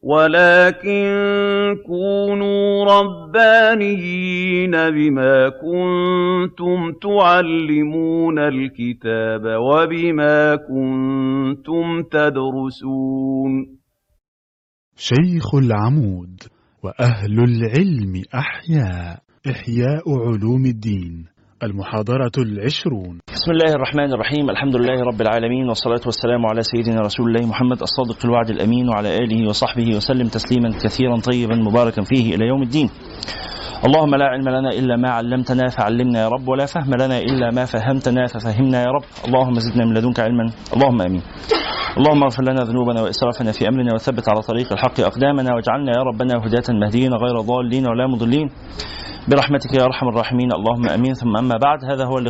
ولكن كونوا ربانيين بما كنتم تعلمون الكتاب وبما كنتم تدرسون. شيخ العمود وأهل العلم إحياء علوم الدين، المحاضرة 20. بسم الله الرحمن الرحيم. الحمد لله رب العالمين، والصلاة والسلام على سيدنا رسول الله محمد الصادق الوعد الأمين، وعلى آله وصحبه وسلم تسليما كثيرا طيبا مباركا فيه إلى يوم الدين. اللهم لا علم لنا إلا ما علمتنا فعلمنا يا رب، ولا فهم لنا إلا ما فهمتنا ففهمنا يا رب. اللهم زدنا من لدنك علما، اللهم آمين. اللهم اغفر لنا ذنوبنا وإسرافنا في أمرنا، وثبت على طريق الحق أقدامنا، واجعلنا يا ربنا هداة مهديين غير ضالين ولا مضلين برحمتك يا أرحم الراحمين، اللهم آمين. ثم أما بعد، هذا هو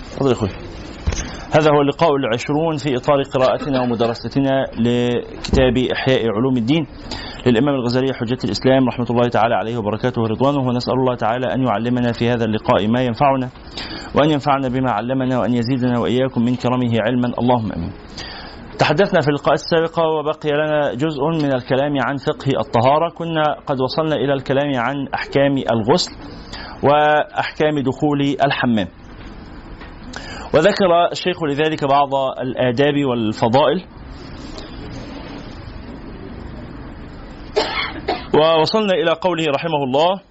اللقاء 20 في إطار قراءتنا ومدرستنا لكتاب إحياء علوم الدين للإمام الغزالي حجة الإسلام رحمة الله تعالى عليه وبركاته ورضوانه. ونسأل الله تعالى أن يعلمنا في هذا اللقاء ما ينفعنا، وأن ينفعنا بما علمنا، وأن يزيدنا وإياكم من كرمه علما، اللهم آمين. تحدثنا في اللقاء السابق وبقي لنا جزء من الكلام عن فقه الطهارة. كنا قد وصلنا إلى الكلام عن أحكام الغسل وأحكام دخول الحمام، وذكر الشيخ لذلك بعض الآداب والفضائل، ووصلنا إلى قوله رحمه الله: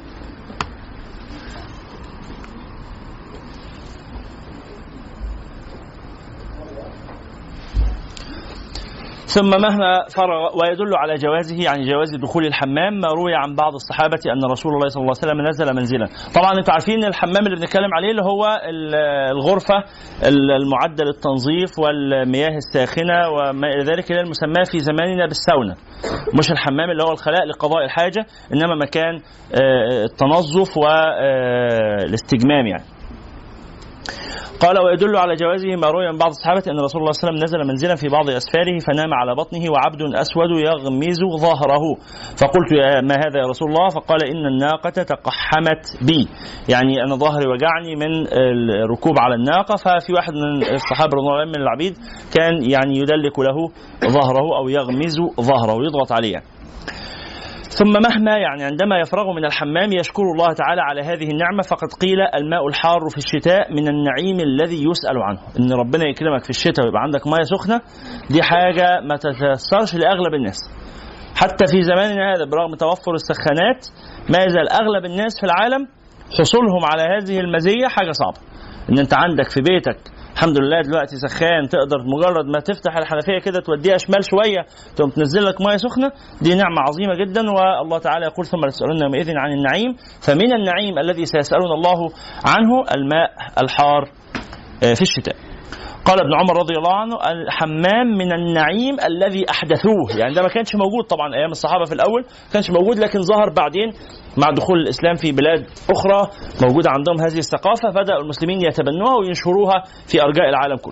ثم مهما فرغ. ويدل على جوازه، يعني جواز دخول الحمام، ما روي عن بعض الصحابة أن رسول الله صلى الله عليه وسلم نزل منزلا. طبعا انتم عارفين الحمام اللي بنتكلم عليه اللي هو الغرفة المعدة للتنظيف والمياه الساخنة وما إلى ذلك، اللي المسمى في زماننا بالساونا، مش الحمام اللي هو الخلاء لقضاء الحاجة، إنما مكان التنظف والاستجمام يعني. قال: ويدل على جوازه ما روي من بعض الصحابة أن رسول الله صلى الله عليه وسلم نزل منزلا في بعض أسفاره فنام على بطنه وعبد أسود يغمز ظهره، فقلت: ما هذا يا رسول الله؟ فقال: إن الناقة تقحمت بي، يعني أنا ظهري وجعني من الركوب على الناقة. ففي واحد من الصحابة رضي الله عنهم من العبيد كان يعني يدلك له ظهره أو يغمز ظهره، يضغط عليه يعني. ثم مهما، يعني عندما يفرغ من الحمام يشكر الله تعالى على هذه النعمة، فقد قيل: الماء الحار في الشتاء من النعيم الذي يسأل عنه. إن ربنا يكرمك في الشتاء ويبقى عندك مياه سخنة، دي حاجة ما تتيسرش لأغلب الناس حتى في زماننا هذا، برغم توفر السخانات ما يزال أغلب الناس في العالم حصولهم على هذه المزية حاجة صعبة. إن أنت عندك في بيتك الحمد لله دلوقتي سخان، تقدر مجرد ما تفتح الحنفية كده توديها شمال شوية تقوم تنزل لك مياه سخنة، دي نعمة عظيمة جدا. والله تعالى يقول: ثم لتسألن يومئذ عن النعيم. فمن النعيم الذي سيسألون الله عنه الماء الحار في الشتاء. قال ابن عمر رضي الله عنه: الحمام من النعيم الذي أحدثوه، يعني ده ما كانش موجود طبعا أيام الصحابة في الأول، كانش موجود، لكن ظهر بعدين مع دخول الإسلام في بلاد أخرى موجودة عندهم هذه الثقافة، بدأ المسلمين يتبنوها وينشروها في أرجاء العالم كله.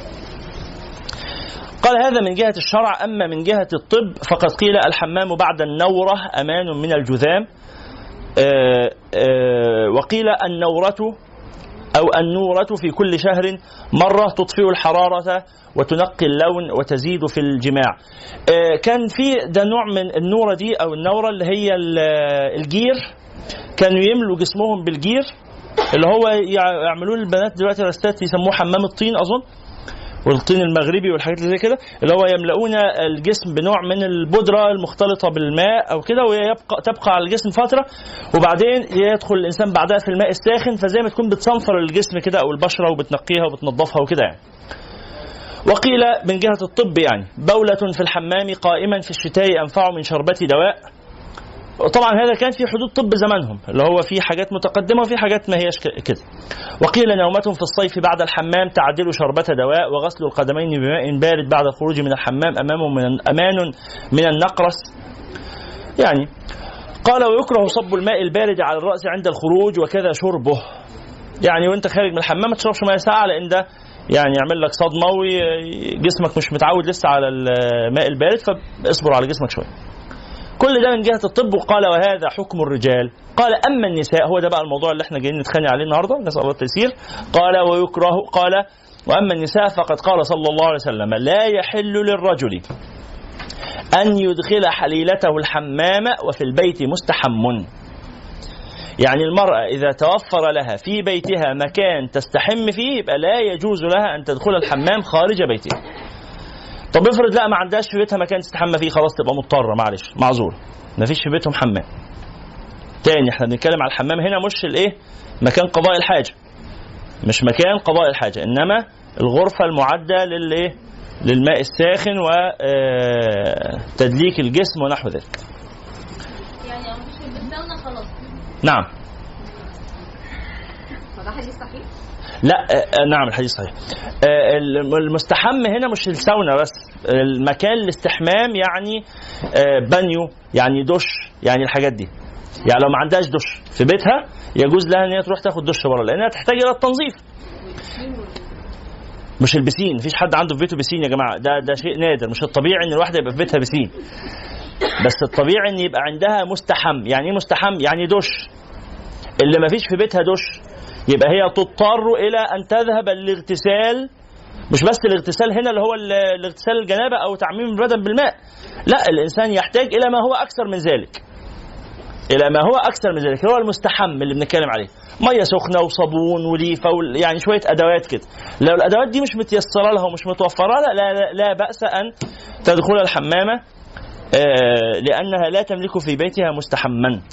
قال: هذا من جهة الشرع. أما من جهة الطب فقد قيل: الحمام بعد النورة أمان من الجذام. وقيل: النورة أو النورة في كل شهر مرة تطفئ الحرارة وتنقي اللون وتزيد في الجماع. كان في ده نوع من النورة دي أو النورة اللي هي الجير، كانوا يملوا جسمهم بالجير اللي هو يعملون البنات دلوقتي رستات يسموه حمام الطين أظن، والطين المغربي والحاجات اللي زي كده، اللي هو يملؤون الجسم بنوع من البودرة المختلطة بالماء أو كده، وتبقى على الجسم فترة، وبعدين يدخل الإنسان بعدها في الماء الساخن، فزي ما تكون بتصنفر الجسم كده أو البشرة وبتنقيها وبتنظفها وكده يعني. وقيل من جهة الطب يعني: بولة في الحمام قائما في الشتاء أنفع من شربة دواء. طبعا هذا كان في حدود طب زمانهم، اللي هو في حاجات متقدمة وفي حاجات ما هيش كده. وقيل: نومة في الصيف بعد الحمام تعدل شربة دواء، وغسل القدمين بماء بارد بعد الخروج من الحمام أمان من النقرس يعني. قال: ويكره صب الماء البارد على الرأس عند الخروج، وكذا شربه، يعني وانت خارج من الحمام ما تشربش ماء ساقعة، لأن ده يعني يعمل لك صدمة وجسمك مش متعود لسه على الماء البارد، فاصبر على جسمك شوية. كل ده من جهة الطب. وقال: وهذا حكم الرجال. قال: أما النساء، هو ده بقى الموضوع اللي احنا جايين نتخانق عليه النهاردة، نسأل الله التيسير. قال: ويكره. قال: وأما النساء فقد قال صلى الله عليه وسلم: لا يحل للرجل أن يدخل حليلته الحمام وفي البيت مستحم. يعني المرأة إذا توفر لها في بيتها مكان تستحم فيه يبقى لا يجوز لها أن تدخل الحمام خارج بيتها. طب افرض لا ما عندهاش في بيتها مكان تستحمى فيه، خلاص تبقى مضطرة، معلش معذور، ما فيش في بيتهم حمام. تاني احنا بنتكلم على الحمام هنا مش الايه مكان قضاء الحاجة، مش مكان قضاء الحاجة، إنما الغرفة المعدة للايه للماء الساخن وتدليك الجسم ونحو ذلك. يعني لو مش في البيت خلاص. نعم. فده حديث صحيح؟ لا نعم الحديث صحيح. المستحم هنا مش الساونا بس، المكان الاستحمام يعني بانيو، يعني دش، يعني الحاجات دي. يعني لو ما عندهاش دش في بيتها يجوز لها ان هي تروح تاخد دش بره، لانها تحتاج الى التنظيف. مش البسين، مفيش حد عنده في بيته بسين يا جماعه، ده شيء نادر. مش الطبيعي ان الواحده يبقى في بيتها بسين، بس الطبيعي ان يبقى عندها مستحم. يعني ايه مستحم؟ يعني دش. اللي ما فيش في بيتها دش يبقى هي تضطر الى ان تذهب للاغتسال. مش بس الاغتسال هنا اللي هو الاغتسال الجنابه او تعميم البدن بالماء، لا، الانسان يحتاج الى ما هو اكثر من ذلك، الى ما هو اكثر من ذلك، هو المستحم اللي بنتكلم عليه، ميه سخنه وصابون وليفه يعني شويه ادوات كده. لو الادوات دي مش متيسره لها ومش متوفره لها لا باس ان تدخل الحمامه لانها لا تملك في بيتها مستحما.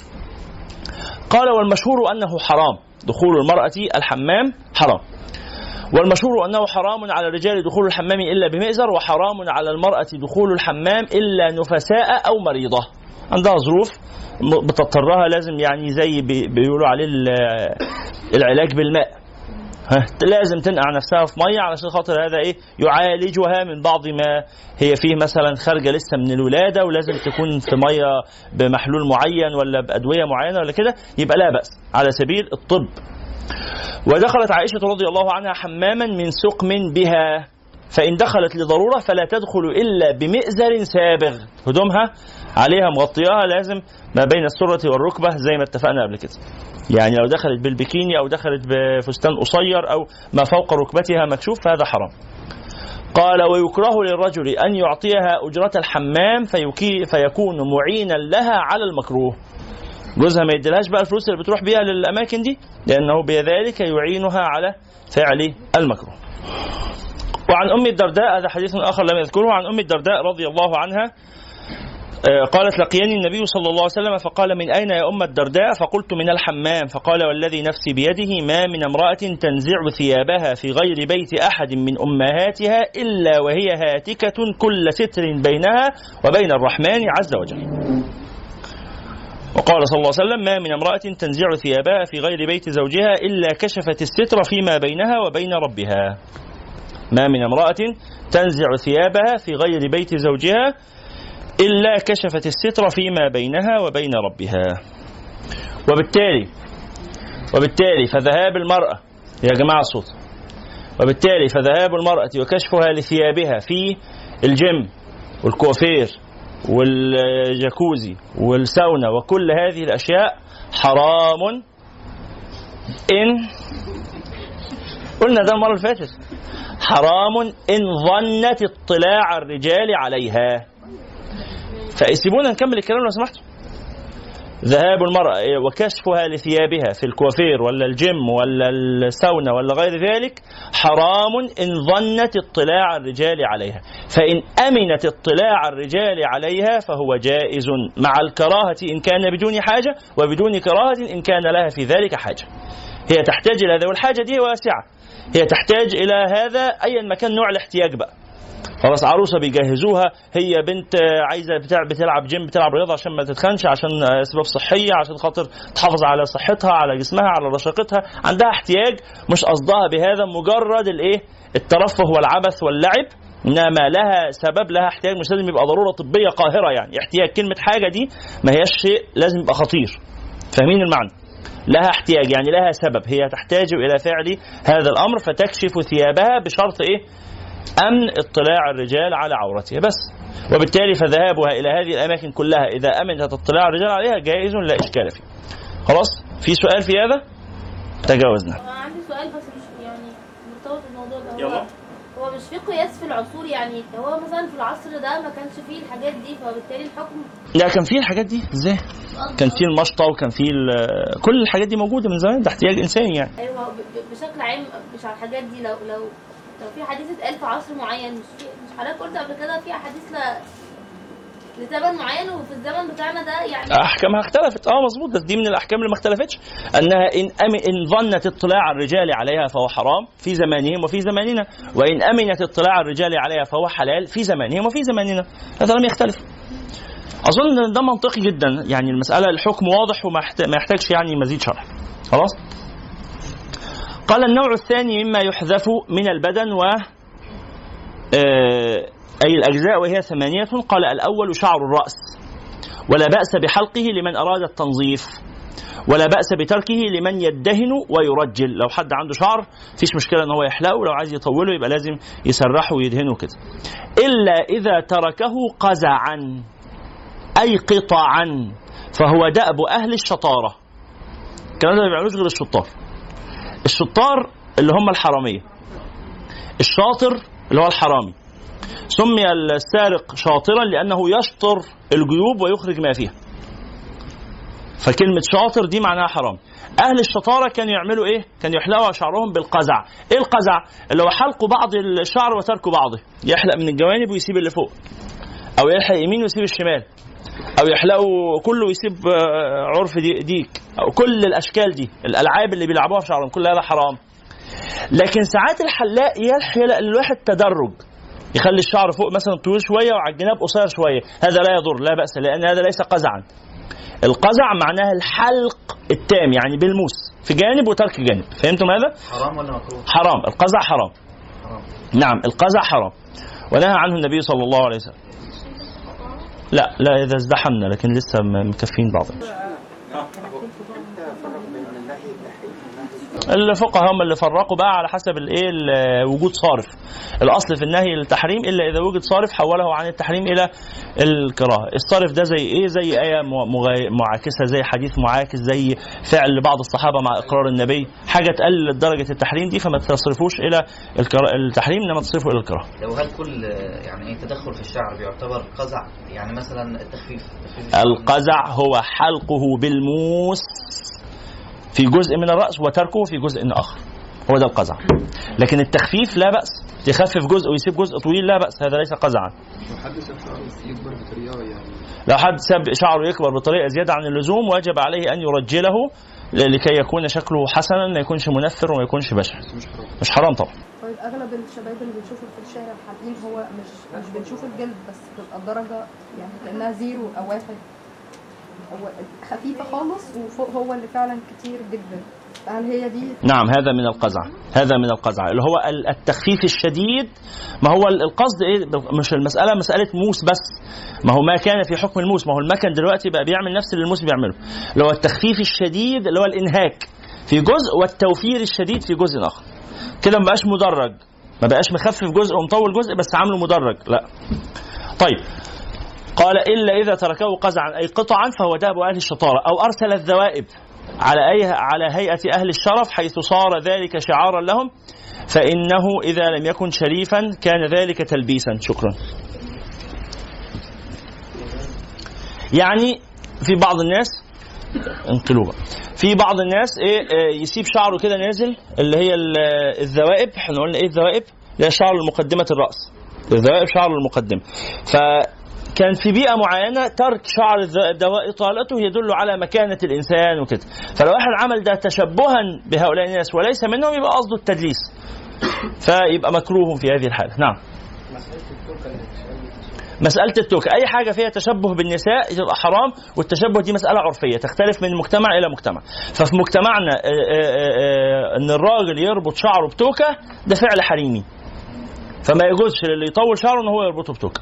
قال والمشهور انه حرام دخول المراه الحمام، حرام. والمشهور أنه حرام على الرجال دخول الحمام إلا بمئزر، وحرام على المرأة دخول الحمام إلا نفساء أو مريضة، عندها ظروف بتضطرها، لازم يعني زي بيقولوا عليه العلاج بالماء، لازم تنقع نفسها في مية علشان خاطر هذا إيه يعالجها من بعض ما هي فيه، مثلا خارجة لسه من الولادة ولازم تكون في مية بمحلول معين ولا بأدوية معينة ولا كده، يبقى لا بأس على سبيل الطب. ودخلت عائشة رضي الله عنها حماما من سقم بها، فإن دخلت لضرورة فلا تدخل إلا بمئزر سابغ، هدومها عليها مغطياها لازم ما بين السرة والركبة زي ما اتفقنا قبل كده. يعني لو دخلت بالبكيني أو دخلت بفستان قصير أو ما فوق ركبتها مكشوف فهذا حرام. قال ويكره للرجل أن يعطيها أجرة الحمام فيكون معينا لها على المكروه، جوزها ما يديلهاش بقى الفلوس اللي بتروح بيها للأماكن دي، لأنه بذلك يعينها على فعل المكروه. وعن أم الدرداء، هذا حديث آخر لم يذكره، عن أم الدرداء رضي الله عنها قالت لقيني النبي صلى الله عليه وسلم فقال من أين يا أم الدرداء؟ فقلت من الحمام. فقال والذي نفسي بيده ما من امرأة تنزع ثيابها في غير بيت أحد من أمهاتها إلا وهي هاتكة كل ستر بينها وبين الرحمن عز وجل. وقال صلى الله عليه وسلم ما من امرأة تنزع ثيابها في غير بيت زوجها إلا كشفت الستر فيما بينها وبين ربها. ما من امرأة تنزع ثيابها في غير بيت زوجها إلا كشفت الستر فيما بينها وبين ربها. وبالتالي فذهاب المرأة يا جماعة الصوت، وبالتالي فذهاب المرأة وكشفها لثيابها في الجيم والكوافير والجاكوزي والساونا وكل هذه الأشياء حرام إن قلنا ده المرة اللي فاتت، حرام إن ظنت اطلاع الرجال عليها. فسيبونا نكمل الكلام لو سمحتوا. ذهاب المرأة وكشفها لثيابها في الكوافير ولا الجيم ولا الساونا ولا غير ذلك حرام إن ظنت اطلاع الرجال عليها، فإن أمنت اطلاع الرجال عليها فهو جائز مع الكراهة إن كان بدون حاجة، وبدون كراهة إن كان لها في ذلك حاجة. هي تحتاج إلى هذا، والحاجة دي واسعة، هي تحتاج إلى هذا أيا ما كان نوع الاحتياج بقى. خلاص عروسة بيجهزوها، هي بنت عايزة بتلعب جيم، بتلعب رياضة عشان ما تتخنش، عشان أسباب صحية، عشان خاطر تحافظ على صحتها، على جسمها، على رشاقتها، عندها احتياج، مش قصدها بهذا مجرد الترفه والعبث واللعب، إنما لها سبب، لها احتياج، مش لازم يبقى ضرورة طبية قاهرة. يعني احتياج، كلمة حاجة دي ما هيش شيء لازم يبقى خطير، فاهمين المعنى؟ لها احتياج يعني لها سبب، هي تحتاج إلى فعل هذا الأمر فتكشف ثيابها بشرط أمن اطلاع الرجال على عورتها بس. وبالتالي فذهابها إلى هذه الأماكن كلها إذا أمنت اطلاع الرجال عليها جائز لا إشكال فيه. خلاص، في سؤال في هذا؟ تجاوزنا. عندي سؤال بس مش يعني مرتبط بالموضوع ده. يلا. هو مش في قياس في العصور؟ يعني هو مثلا في العصر ده ما كانش فيه الحاجات دي، فبالتالي الحكم لا كان فيه الحاجات دي ازاي؟ كان فيه المشطه وكان فيه كل الحاجات دي موجوده من زمان، ده احتياج انساني يعني. ايوه بشكل عام مش على الحاجات دي. لو في حديث اتقال في عصر معين، مش حضرتك قلت قبل كده في احاديث لزمن معين، وفي الزمن بتاعنا ده يعني احكامها اختلفت. مظبوط، بس دي من الاحكام اللي ما اختلفتش، انها ان ظنت اطلاع الرجال عليها فهو حرام في زمانهم وفي زماننا، وان امنت اطلاع الرجال عليها فهو حلال في زمانهم وفي زماننا. هذا لم يختلف. اظن ان ده منطقي جدا يعني، المساله الحكم واضح وما يحتاجش يعني مزيد شرح. خلاص. قال النوع الثاني مما يحذف من البدن و أي الأجزاء وهي 8. قال الأول شعر الرأس، ولا بأس بحلقه لمن أراد التنظيف، ولا بأس بتركه لمن يدهن ويرجل. لو حد عنده شعر فيش مشكلة أنه يحلقه، ولو عايز يطوله يبقى لازم يسرحه ويدهنه كده. إلا إذا تركه قزعا أي قطعا فهو دأب أهل الشطارة. الكلام ده ما بيعملوش غير الشطار. الشطار اللي هم الحرامية، الشاطر اللي هو الحرامي. سمي السارق شاطرا لأنه يشطر الجيوب ويخرج ما فيها، فكلمة شاطر دي معناها حرام. أهل الشطارة كانوا يعملوا إيه؟ كانوا يحلقوا شعرهم بالقزع. إيه القزع؟ اللي هو حلق بعض الشعر وترك بعضه، يحلق من الجوانب ويسيب اللي فوق، أو يحلق يمين ويسيب الشمال، أو يحلقوا كله ويسيب عرف ديك، أو كل الأشكال دي الألعاب اللي بيلعبوها في شعرهم، كل هذا حرام. لكن ساعات الحلاق يحلق الواحد تدرج، يخلي الشعر فوق مثلا طويل شوية وعلى الجناب قصير شوية، هذا لا يضر، لا بأس، لأن هذا ليس قزعا. القزع معناها الحلق التام، يعني بالموس في جانب وترك جانب. فهمتم هذا؟ حرام ولا مكروه؟ حرام. القزع حرام. نعم القزع حرام، ونهى عنه النبي صلى الله عليه وسلم. لا إذا ازدحمنا، لكن لسه مكفين بعضهم. الفقهاء هم اللي فرقوا بقى على حسب الايه وجود صارف. الاصل في النهي التحريم الا اذا وجد صارف حوله عن التحريم الى الكراهه. الصارف ده زي ايه؟ زي ايه معاكسه، زي حديث معاكس، زي فعل بعض الصحابه مع اقرار النبي، حاجه تقلل درجه التحريم دي فما تصرفوش الى التحريم، انما تصرفه الى الكراهه. لو هل كل يعني تدخل في الشعر بيعتبر قزع؟ يعني مثلا التخفيف القزع هو حلقه بالموس في جزء من الرأس وتركه في جزء آخر، هو ده القزع. لكن التخفيف لا بأس، يخفف جزء ويسيب جزء طويل لا بأس، هذا ليس قزعا. لو حد ساب شعره يكبر بطريقة زيادة عن اللزوم واجب عليه أن يرجله لكي يكون شكله حسنا، ما يكونش منفر وما يكونش بشع. مش حرام طبعا. طيب أغلب الشباب اللي بنشوفه في الشارع حاليا هو مش بنشوف الجلد بس، بتبقى الدرجة يعني كأنها 0 أو 1، هو خفيفة خالص وفوق هو اللي فعلا كتير جدا. هل هي دي؟ نعم هذا من القزع، هذا من القزع اللي هو التخفيف الشديد. ما هو القصد ايه؟ مش المسألة مسألة موس بس، ما هو ما كان في حكم الموس، ما هو المكن دلوقتي بقى بيعمل نفس اللي الموس بيعمله، اللي هو التخفيف الشديد اللي هو الانهاك في جزء والتوفير الشديد في جزء آخر. كده ما بقاش مدرج، ما بقاش مخفف جزء ومطول جزء بس عامله مدرج، لا. طيب قال إلا إذا تركه قزعا أي قطعا فهو دأب أهل الشطارة، أو أرسل الذوائب على هيئة أهل الشرف حيث صار ذلك شعارا لهم، فإنه إذا لم يكن شريفا كان ذلك تلبيسا. شكرا. يعني في بعض الناس انقلوبة، في بعض الناس يسيب شعره كده نازل، اللي هي الذوائب. احنا قلنا ايه الذوائب؟ اللي هي شعر المقدمة الرأس، الذوائب شعر المقدمة. كان في بيئة معينة ترك شعر الذوائب إطالته يدل على مكانة الإنسان وكده، فلو واحد عمل ده تشبها بهؤلاء الناس وليس منهم يبقى قصده التدليس، فيبقى مكروه في هذه الحالة. نعم. مسألة التوكة أي حاجة فيها تشبه بالنساء تبقى حرام، والتشبه دي مسألة عرفية تختلف من مجتمع إلى مجتمع. ففي مجتمعنا أن الراجل يربط شعره بتوكة ده فعل حريمي، فما يجوزش اللي يطول شعره أنه هو يربطه بتوكة.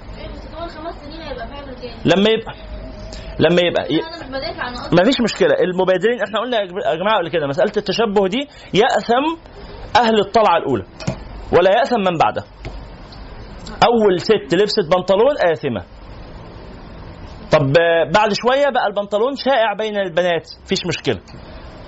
لما يبقى ما فيش مشكلة. المبادرين احنا قلنا يا جماعة قبل كده مسألة التشبه دي يأثم أهل الطلعة الأولى ولا يأثم من بعده. أول ست لبست بنطلون آثمة، طب بعد شوية بقى البنطلون شائع بين البنات فيش مشكلة.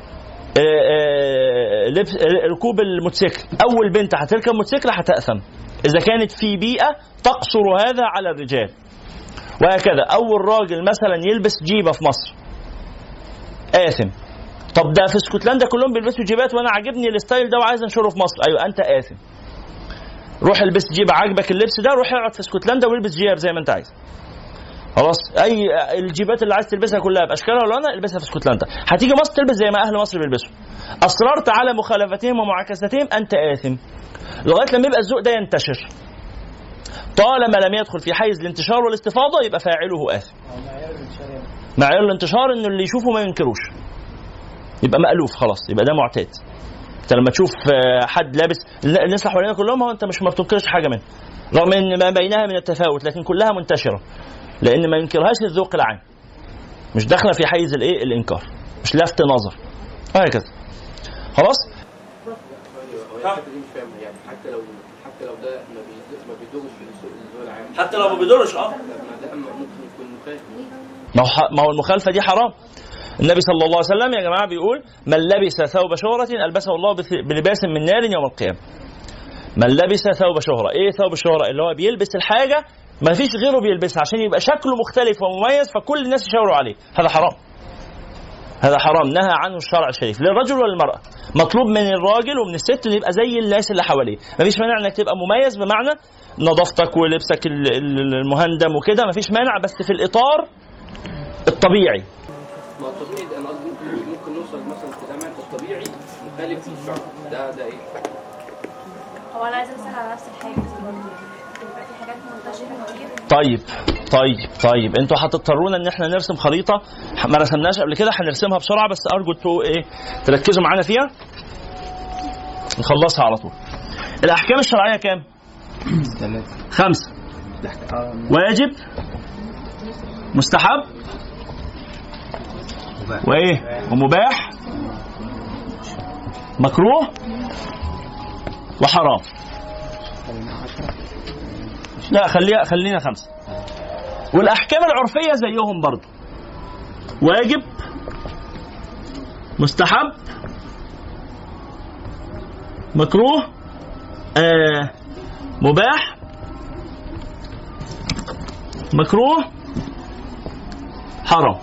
ركوب الموتوسيكل، أول بنت هتركب موتوسيكل هتأثم إذا كانت في بيئة تقصر هذا على الرجال. وهكذا أول راجل مثلا يلبس جيبة في مصر آثم. طب ده في اسكتلندا كلهم بيلبسوا جيبات وأنا عاجبني الستايل ده وعايز أنشره في مصر. أيوة أنت آثم. روح البس جيبة، عاجبك اللبس ده روح اقعد في اسكتلندا والبس جيب زي ما أنت عايز. خلاص، أي الجيبات اللي عايز تلبسها كلها بأشكالها ولونها البسها في اسكتلندا. هتيجي مصر تلبس زي ما أهل مصر بيلبسوا. أصررت على مخالفتهم ومعاكستهم أنت آثم، لغاية لما يبقى الذوق ده ينتشر. طالما لم يدخل في حيز الانتشار والاستفاضة يبقى فاعله آثم. معيار الانتشار إنه اللي يشوفه ما ينكروش، يبقى مألوف خلاص، يبقى ده معتاد. انت لما تشوف حد لابس، الناس اللي حوالينا كلهم هو انت ما بتنكرش حاجة منه، رغم ان ما بينها من التفاوت، لكن كلها منتشرة لأن ما ينكرهاش الذوق العام، مش داخلة في حيز الايه الإنكار، مش لفت نظر. هكذا خلاص. يعني حتى لو ده ما بيدورش في الذوق العام، حتى لو ما بيدورش ده ممكن يكون مخالف. ما هو المخالفة دي حرام. النبي صلى الله عليه وسلم يا جماعة بيقول من لبس ثوب شهرة ألبسه الله بلباس من نار يوم القيامة. من لبس ثوب شهرة، ايه ثوب الشهرة؟ اللي هو بيلبس الحاجة ما فيش غيره بيلبسها عشان يبقى شكله مختلف ومميز فكل الناس يشاوروا عليه. هذا حرام، هذا حرام نهى عنه الشرع الشريف للرجل وللمرأة. مطلوب من الراجل ومن الست ان يبقى زي الناس اللي حواليه. مفيش مانع انك تبقى مميز بمعنى نظافتك ولبسك المهندم وكده، مفيش مانع، بس في الإطار الطبيعي. ما الطبيعي انا قصدي ممكن نوصل مثلا في زمان الطبيعي مخالف للشرع ده ايه؟ هو انا عايزه اسال على نفس الحاجه يبقى في حاجات منتشره كتير. طيب انتوا هتضطرونا ان احنا نرسم خريطه ما رسمناش قبل كده، هنرسمها بسرعه بس ارجو انتوا ايه تركزوا معانا فيها نخلصها على طول. الاحكام الشرعيه كام؟ 5. واجب، مستحب، وايه ومباح، مكروه، وحرام. لا خلينا 5. والأحكام العرفية زيهم برضو، واجب، مستحب، مكروه، مباح، مكروه، حرام.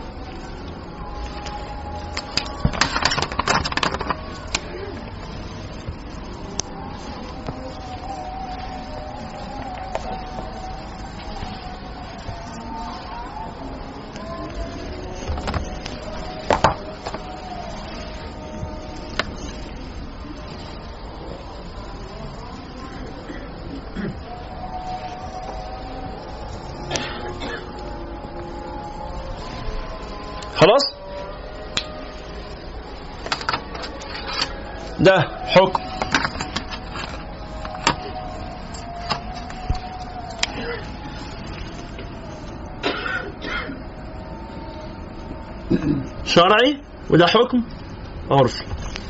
خلاص، ده حكم شرعي وده حكم عرفي.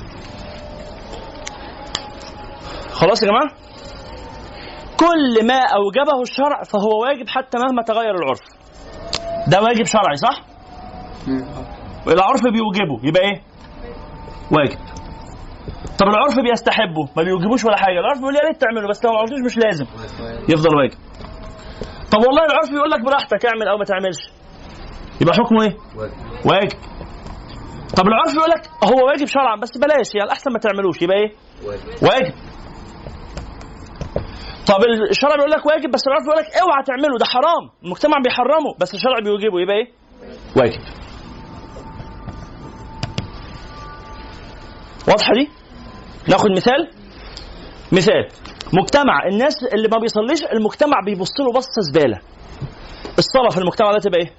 خلاص يا جماعة، كل ما أوجبه الشرع فهو واجب حتى مهما تغير العرف. ده واجب شرعي صح؟ العرف بيوجبه يبقى ايه؟ واجب. طب العرف بيستحبه ما بيوجبوش ولا حاجه، العرف بيقول يا ريت تعمله بس لو ما عملتوش مش لازم يفضل واجب. طب والله العرف بيقول لك براحتك اعمل او ما تعملش يبقى حكمه ايه؟ واجب. طب العرف بيقول لك هو واجب شرعا بس بلاش يعني الاحسن ما تعملوش يبقى ايه؟ واجب. طب الشرع بيقول لك واجب بس العرف بيقول لك اوعى تعمله ده حرام المجتمع بيحرمه بس الشرع بيوجبه يبقى ايه؟ واجب. واضحة دي؟ ناخد مثال مجتمع الناس اللي ما بيصليش المجتمع بيبص له بصة زبالة. الصلاة في المجتمع ده تبقى ايه؟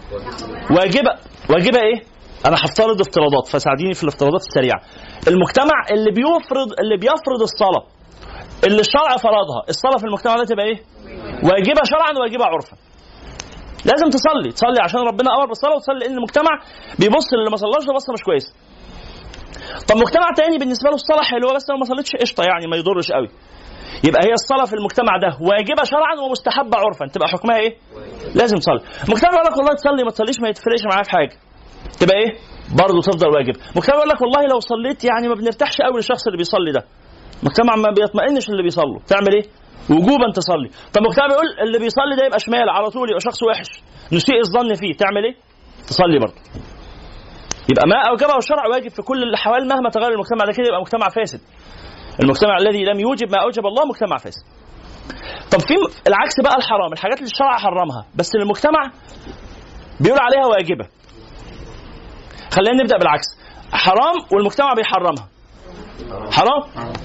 واجبة ايه؟ انا هفترض افتراضات فساعديني في الافتراضات السريعة. المجتمع اللي بيفرض الصلاة اللي الشرع فرضها، الصلاة في المجتمع ده تبقى ايه؟ واجبة شرعا واجبة عرفا. لازم تصلي عشان ربنا امر بالصلاة وتصلي، ان المجتمع بيبص اللي ما صلاش ده بصة مش كويسة. طب مجتمع تاني بالنسبه له الصلاه حلوه بس لو ما صليتش قشطه يعني ما يضرش قوي، يبقى هي الصلاه في المجتمع ده واجبه شرعا ومستحبه عرفا، تبقى حكمها ايه؟ لازم تصلي. مجتمع يقول لك والله تصلي ما تصليش ما يتفرقش معايا في حاجه، تبقى ايه؟ برضه تفضل واجب. مجتمع يقول لك والله لو صليت يعني ما بنرتاحش قوي للشخص اللي بيصلي ده، مجتمع ما بيطمئنش اللي بيصلوا، تعمل ايه؟ وجوبا تصلي. طب المجتمع بيقول اللي بيصلي ده يبقى شمال على طول، يبقى شخص وحش نسيء الظن فيه، تعمل ايه؟ تصلي برضه. يبقى ما اوجبه الشرع واجب في كل الاحوال مهما تغير المجتمع ده، كده يبقى مجتمع فاسد. المجتمع الذي لم يوجب ما اوجب الله مجتمع فاسد. طب في العكس بقى، الحرام، الحاجات اللي الشرع حرمها بس المجتمع بيقول عليها واجبه. خلينا نبدا بالعكس، حرام والمجتمع بيحرمها. حرام.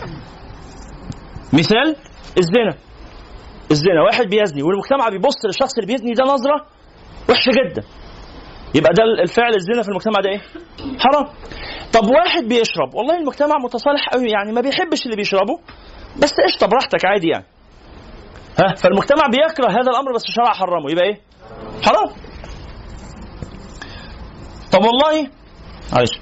مثال الزنا، واحد بيزني والمجتمع بيبص للشخص اللي بيزني ده نظره وحشه جدا، يبقى ده الفعل الزنا في المجتمع ده ايه؟ حرام. طب واحد بيشرب، والله المجتمع متصالح قوي يعني ما بيحبش اللي بيشربه بس قشطه براحتك عادي يعني، فالمجتمع بيكره هذا الامر بس الشرع حرمه، يبقى ايه؟ حرام. طب والله معلش،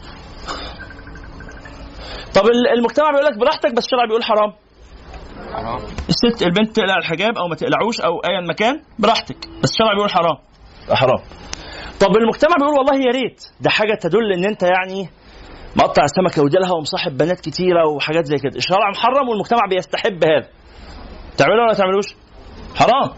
طب المجتمع بيقول لك براحتك بس الشرع بيقول حرام. الست البنت تقلع الحجاب او ما تقلعوش او ايا مكان براحتك بس الشرع بيقول حرام. طب المجتمع بيقول والله يا ريت، ده حاجه تدل ان انت يعني مقطع السمكه وديلها ومصاحب بنات كتيره وحاجات زي كده، الشرع محرم والمجتمع بيستحب هذا، تعملوا ولا تعملوش؟ حرام.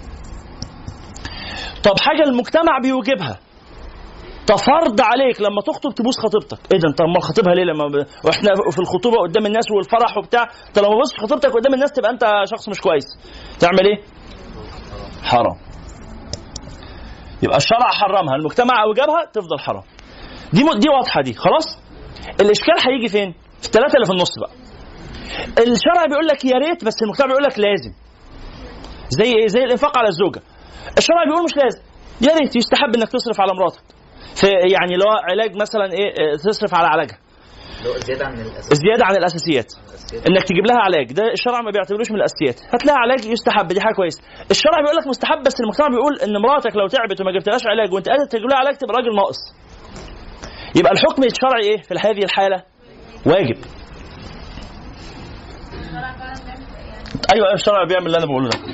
طب حاجه المجتمع بيوجبها، تفرض عليك لما تخطب تبوس خطيبتك، ايه ده انت امال خطيبها ليه؟ لما واحنا في الخطوبه قدام الناس والفرح وبتاع، انت لما بوست خطيبتك قدام الناس تبقى انت شخص مش كويس، تعمل ايه؟ حرام. يبقى الشرع حرمها، المجتمع اوجبها، تفضل حرام. دي واضحه دي خلاص. الاشكال هيجي فين؟ في الثلاثه اللي في النص بقى. الشرع بيقول لك يا ريت بس المجتمع بيقول لك لازم. زي ايه؟ زي الانفاق على الزوجه. الشرع بيقول مش لازم، يا ريت يستحب انك تصرف على مراتك في يعني لو علاج مثلا ايه تصرف على علاجها زياده عن الاساسيات انك تجيب لها علاج، ده الشرع ما بيعتبروش من الاساسيات، هات لها علاج يستحب، دي حاجه كويسه. الشرع بيقول لك مستحب بس المجتمع بيقول ان مراتك لو تعبت وما جبتلهاش علاج وانت قادر تجيب لها علاج تبقى راجل ناقص. يبقى الحكم الشرعي ايه في هذه الحاله؟ واجب. ايوه الشرع بيعمل اللي انا بقوله ده.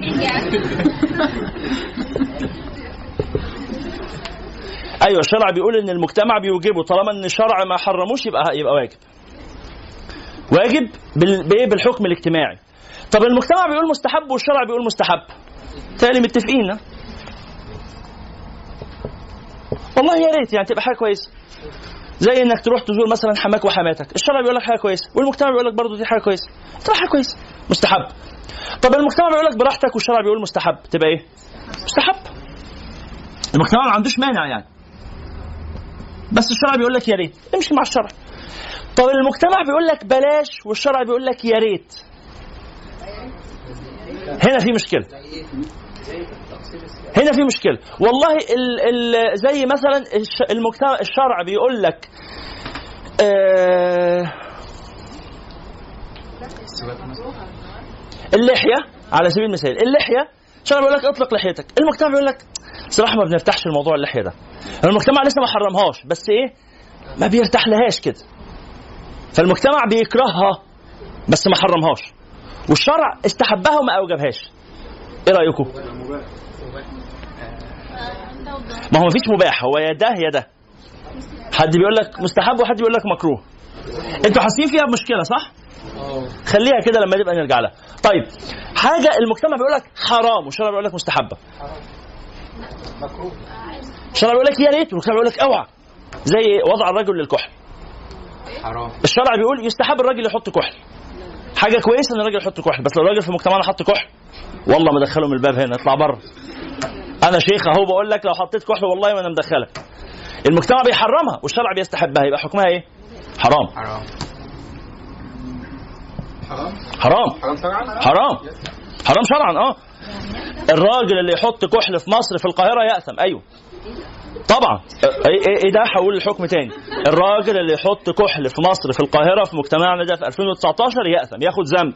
ايوه الشرع بيقول ان المجتمع بيوجبه، طالما ان الشرع ما حرموش يبقى واجب بالحكم الاجتماعي. طب المجتمع بيقول مستحب والشرع بيقول مستحب، تالي متفقين والله يا ريت يعني تبقى حاجه كويسه، زي انك تروح تزور مثلا حماك وحماتك، الشرع بيقول لك حاجه كويسه والمجتمع بيقول لك برضه دي حاجه كويسه، تبقى حاجه كويسه مستحب. طب المجتمع بيقول لك براحتك والشرع بيقول مستحب، تبقى ايه؟ مستحب. المجتمع ما عندوش مانع يعني بس الشرع بيقول لك يا ريت، امشي مع الشرع. طب المجتمع بيقول لك بلاش والشرع بيقول لك يا ريت، هنا في مشكله. والله زي مثلا المجتمع الشرع بيقول لك اللحيه على سبيل المثال، اللحيه الشرع بيقول لك اطلق لحيتك، المجتمع بيقول لك صراحه ما بنرتاحش الموضوع اللحيه ده، المجتمع لسه ما حرمهاش بس ايه ما بيرتاح لهاش كده، فالمجتمع بيكرهها بس ما حرمهاش والشرع استحبها وما اوجبهاش. ايه رايكم؟ ما هو مفيش مباح، هو يا ده حد بيقول لك مستحب وحد بيقول لك مكروه. انتوا حاسين فيها بمشكله صح؟ خليها كده لما نبقى نرجع لها. طيب حاجه المجتمع بيقول لك حرام والشرع بيقول لك مستحبه، الشرع بيقول لك يا ريت والمجتمع بيقول لك اوعى، زي وضع الرجل للكحل حرام، الشرع بيقول يستحب الراجل يحط كحل، حاجه كويسه ان الراجل يحط كحل، بس لو الراجل في مجتمعنا حط كحل والله ما دخله من الباب هنا، اطلع بره، انا شيخ اهو بقول لك لو حطيت كحل والله ما انا مدخلك. المجتمع بيحرمها والشرع بيستحبها، يبقى حكمها ايه؟ حرام. حرام شرعا. الراجل اللي يحط كحل في مصر في القاهره يأثم. ايوه طبعا. ايه ده؟ هقول الحكم تاني، الراجل اللي يحط كحل في مصر في القاهره في مجتمعنا ده في 2019 يأثم، ياخد ذنب.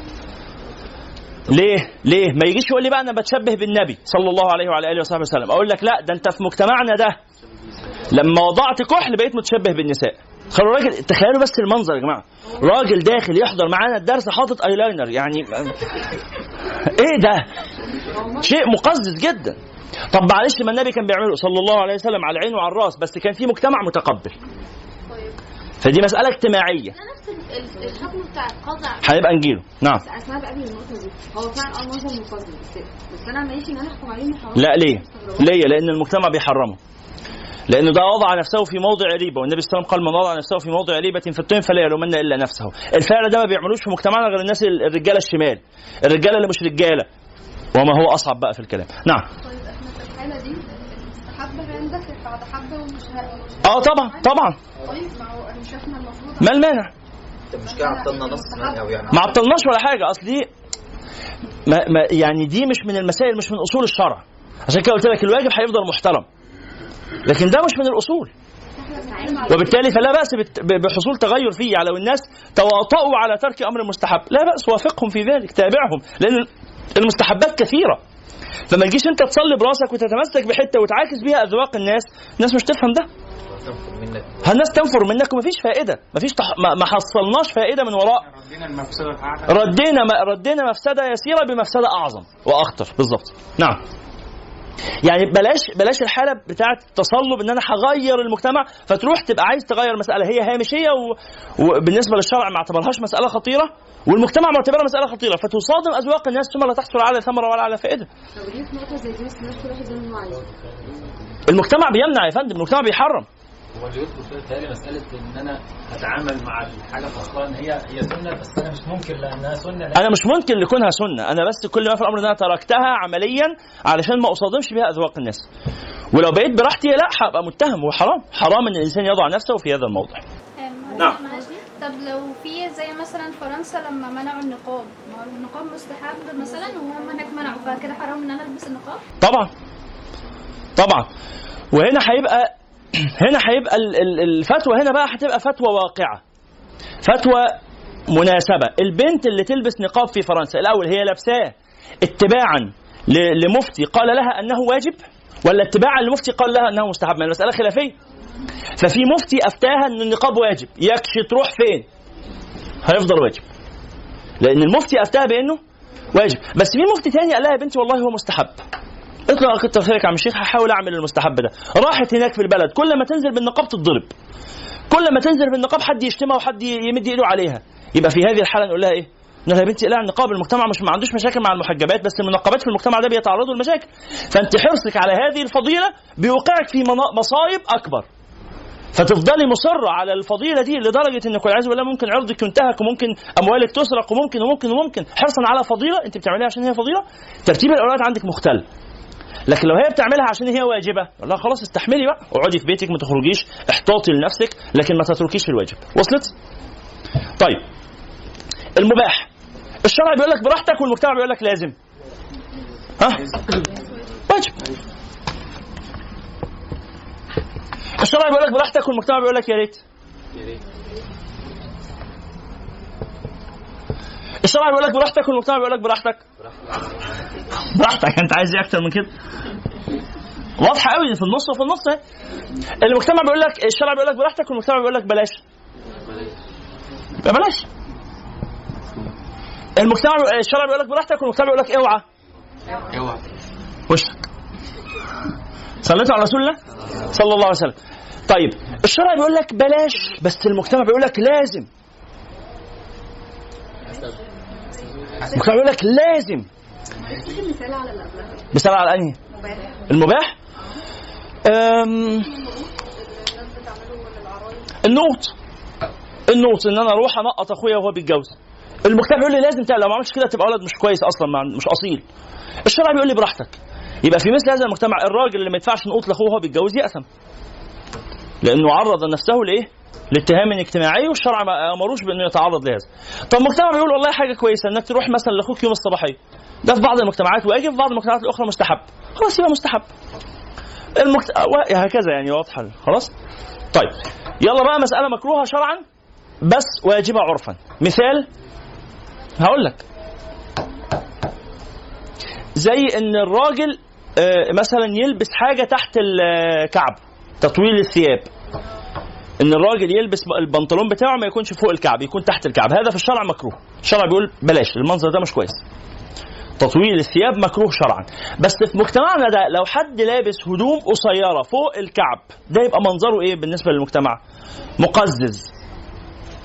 ليه ما يجيش يقول لي بقى انا بتشبه بالنبي صلى الله عليه وعلى اله وصحبه وسلم، اقول لك لا، ده انت في مجتمعنا ده لما وضعت كحل بقيت متشبه بالنساء. خلوا راجل، تخيلوا بس المنظر يا جماعه، راجل داخل يحضر معانا الدرس حاطط ايلاينر، يعني ايه ده؟ شيء مقزز جدا. طب معلش ما النبي كان بيعمله صلى الله عليه وسلم على العين وعلى الراس، بس كان في مجتمع متقبل، فدي مساله اجتماعيه. نفس الحكم بتاع القطع هنبقى نجيله. نعم. اسمها بقى النقطه دي هو فعلا منظر مقزز بس انا ماشي ان انا احكم عليه من حرام. لا ليه؟ لان المجتمع بيحرمه، لانه ده وضع نفسه في موضع ريبه، والنبي صلى الله عليه وسلم قال من وضع نفسه في موضع ريبه في الطين فلا يلومن الا نفسه. الفعل ده ما بيعملوش في مجتمعنا غير الناس الرجاله الشمال، الرجاله اللي مش رجاله، وما هو اصعب بقى في الكلام. نعم. طيب احنا في الحاله دي المستحب هندخل بعد حبه ومش طبعا. طيب ما هو مش احنا المفروض ما المانع؟ مش كده عطلنا نص او يعني ما عطلناش ولا حاجه. اصل دي ما يعني دي مش من المسائل، مش من اصول الشرع. عشان كده قلت لك الواجب هيفضل محترم، لكن ده مش من الاصول، وبالتالي فلا باس بحصول تغير فيه. لو الناس تواطؤوا على ترك امر مستحب لا باس، وافقهم في ذلك، تابعهم، لان المستحبات كثيره. فما تجيش انت تصلي براسك وتتمسك بحته وتعاكس بيها اذواق الناس مش تفهم ده. الناس تنفر منك ومفيش فائده، ما حصلناش فائده من وراء. ردينا مفسده يسيره بمفسده اعظم واخطر. بالظبط. نعم. يعني بلاش الحاله بتاعه التصلب ان انا هغير المجتمع فتروح تبقى عايز تغير مساله هي هامشيه وبالنسبه للشرع ما اعتبرهاش مساله خطيره، والمجتمع معتبرها مساله خطيره، فتصادم اذواق الناس ثم لا تحصل على ثمره ولا على فائده. طب ليه في نقطه زي دي بس الناس كل واحد زي ما عايز؟ المجتمع بيمنع يا فندم، المجتمع بيحرم. هو اللي يدخل فيها تهيألي مسألة إن أنا أتعامل مع الحاجة أصلا هي سنة، بس أنا مش ممكن لأنها سنة. أنا مش ممكن لكونها سنة، أنا بس كل ما في الأمر إن أنا تركتها عمليا علشان ما أصادمش بها أذواق الناس. ولو بقيت براحتي لا هبقى متهم، وحرام إن الإنسان يضع نفسه في هذا الموضع. نعم. طب لو في زي مثلا فرنسا لما منعوا النقاب، ما هو النقاب مستحب مثلا وهم هناك منعوا، فكده حرام إن أنا ألبس النقاب؟ طبعا. وهنا هيبقى الفتوى هنا بقى هتبقى فتوى واقعة، فتوى مناسبة. البنت اللي تلبس نقاب في فرنسا الأول هي لابساه اتباعا لمفتي قال لها أنه واجب، ولا اتباعا لمفتي قال لها أنه مستحب؟ ما المسألة خلافية. ففي مفتي أفتاها أن النقاب واجب، يكشي تروح فين؟ هيفضل واجب، لأن المفتي أفتاها بأنه واجب. بس في مفتي تاني قال لها يا بنتي والله هو مستحب. قلت له كنت خيرك يا عم الشيخ، هحاول اعمل المستحب ده. راحت هناك في البلد كل ما تنزل بالنقاب تتضرب، كل ما تنزل بالنقاب حد يشتمها وحد يمد ايده عليها. يبقى في هذه الحاله نقول لها ايه؟ نقول لها يا بنتي اقلعي النقاب، المجتمع مش ما عندوش مشاكل مع المحجبات، بس المنقبات في المجتمع ده بيتعرضوا لمشاكل، فانت حرصك على هذه الفضيله بيوقعك في مصايب اكبر، فتفضلي مصره على الفضيله دي لدرجه انك والعياذ بالله ممكن عرضك ينتهك وممكن اموالك تسرق وممكن حرصا على فضيله انت بتعمليها عشان هي فضيله. ترتيب الاولويات عندك مختل. لكن لو هي بتعملها عشان هي واجبه لا خلاص استحملي بقى، اقعدي في بيتك ما تخرجيش، احتاطي لنفسك، لكن ما تتركيش الواجب. وصلت؟ طيب المباح الشرع بيقول لك براحتك والمجتمع بيقول لك لازم. واجب. الشرع بيقول لك براحتك والمجتمع بيقول لك يا ريت. الشرع بيقول لك براحتك والمجتمع بيقول لك براحتك. انت عايز ايه اكتر من كده؟ واضحه قوي، في النص وفي النص اهي. المجتمع بيقول لك، الشرع بيقول لك براحتك والمجتمع بيقول لك بلاش. الشرع بيقول لك براحتك والمجتمع بيقول لك اوعى وشك. صليتوا على رسول الله صلى الله عليه وسلم. طيب الشرع بيقول لك بلاش بس المجتمع بيقول لك لازم. المجتمع بيقول لك لازم. مثال على انهي؟ المباح. النوط ان انا اروح انقط اخويا وهو بيتجوز، المجتمع بيقول لي لازم لو ما عملتش كده تبقى ولد مش كويس اصلا، مش اصيل. الشرع بيقول لي براحتك. يبقى في مثل هذا المجتمع الراجل اللي ما يدفعش نقوط لاخوه وهو بيتجوز يأثم، لانه عرض نفسه لايه؟ لاتهام اجتماعي، والشرع ما امروش بانه يتعرض لهذا. طب المجتمع بيقول والله حاجه كويسه انك تروح مثلا لاخوك يوم الصباحيه، ده في بعض المجتمعات واجب، في بعض المجتمعات الاخرى مستحب، خلاص يبقى مستحب. هكذا يعني واضحه خلاص. طيب يلا بقى مساله مكروهه شرعا بس واجبه عرفا. مثال هقول لك، زي ان الراجل مثلا يلبس حاجه تحت الكعب، تطويل الثياب، ان الراجل يلبس البنطلون بتاعه ما يكونش فوق الكعب، يكون تحت الكعب، هذا في الشرع مكروه. الشرع بيقول بلاش، المنظر ده مش كويس، تطويل الثياب مكروه شرعا. بس في مجتمعنا ده لو حد لابس هدوم قصيره فوق الكعب، ده يبقى منظره ايه بالنسبه للمجتمع؟ مقزز،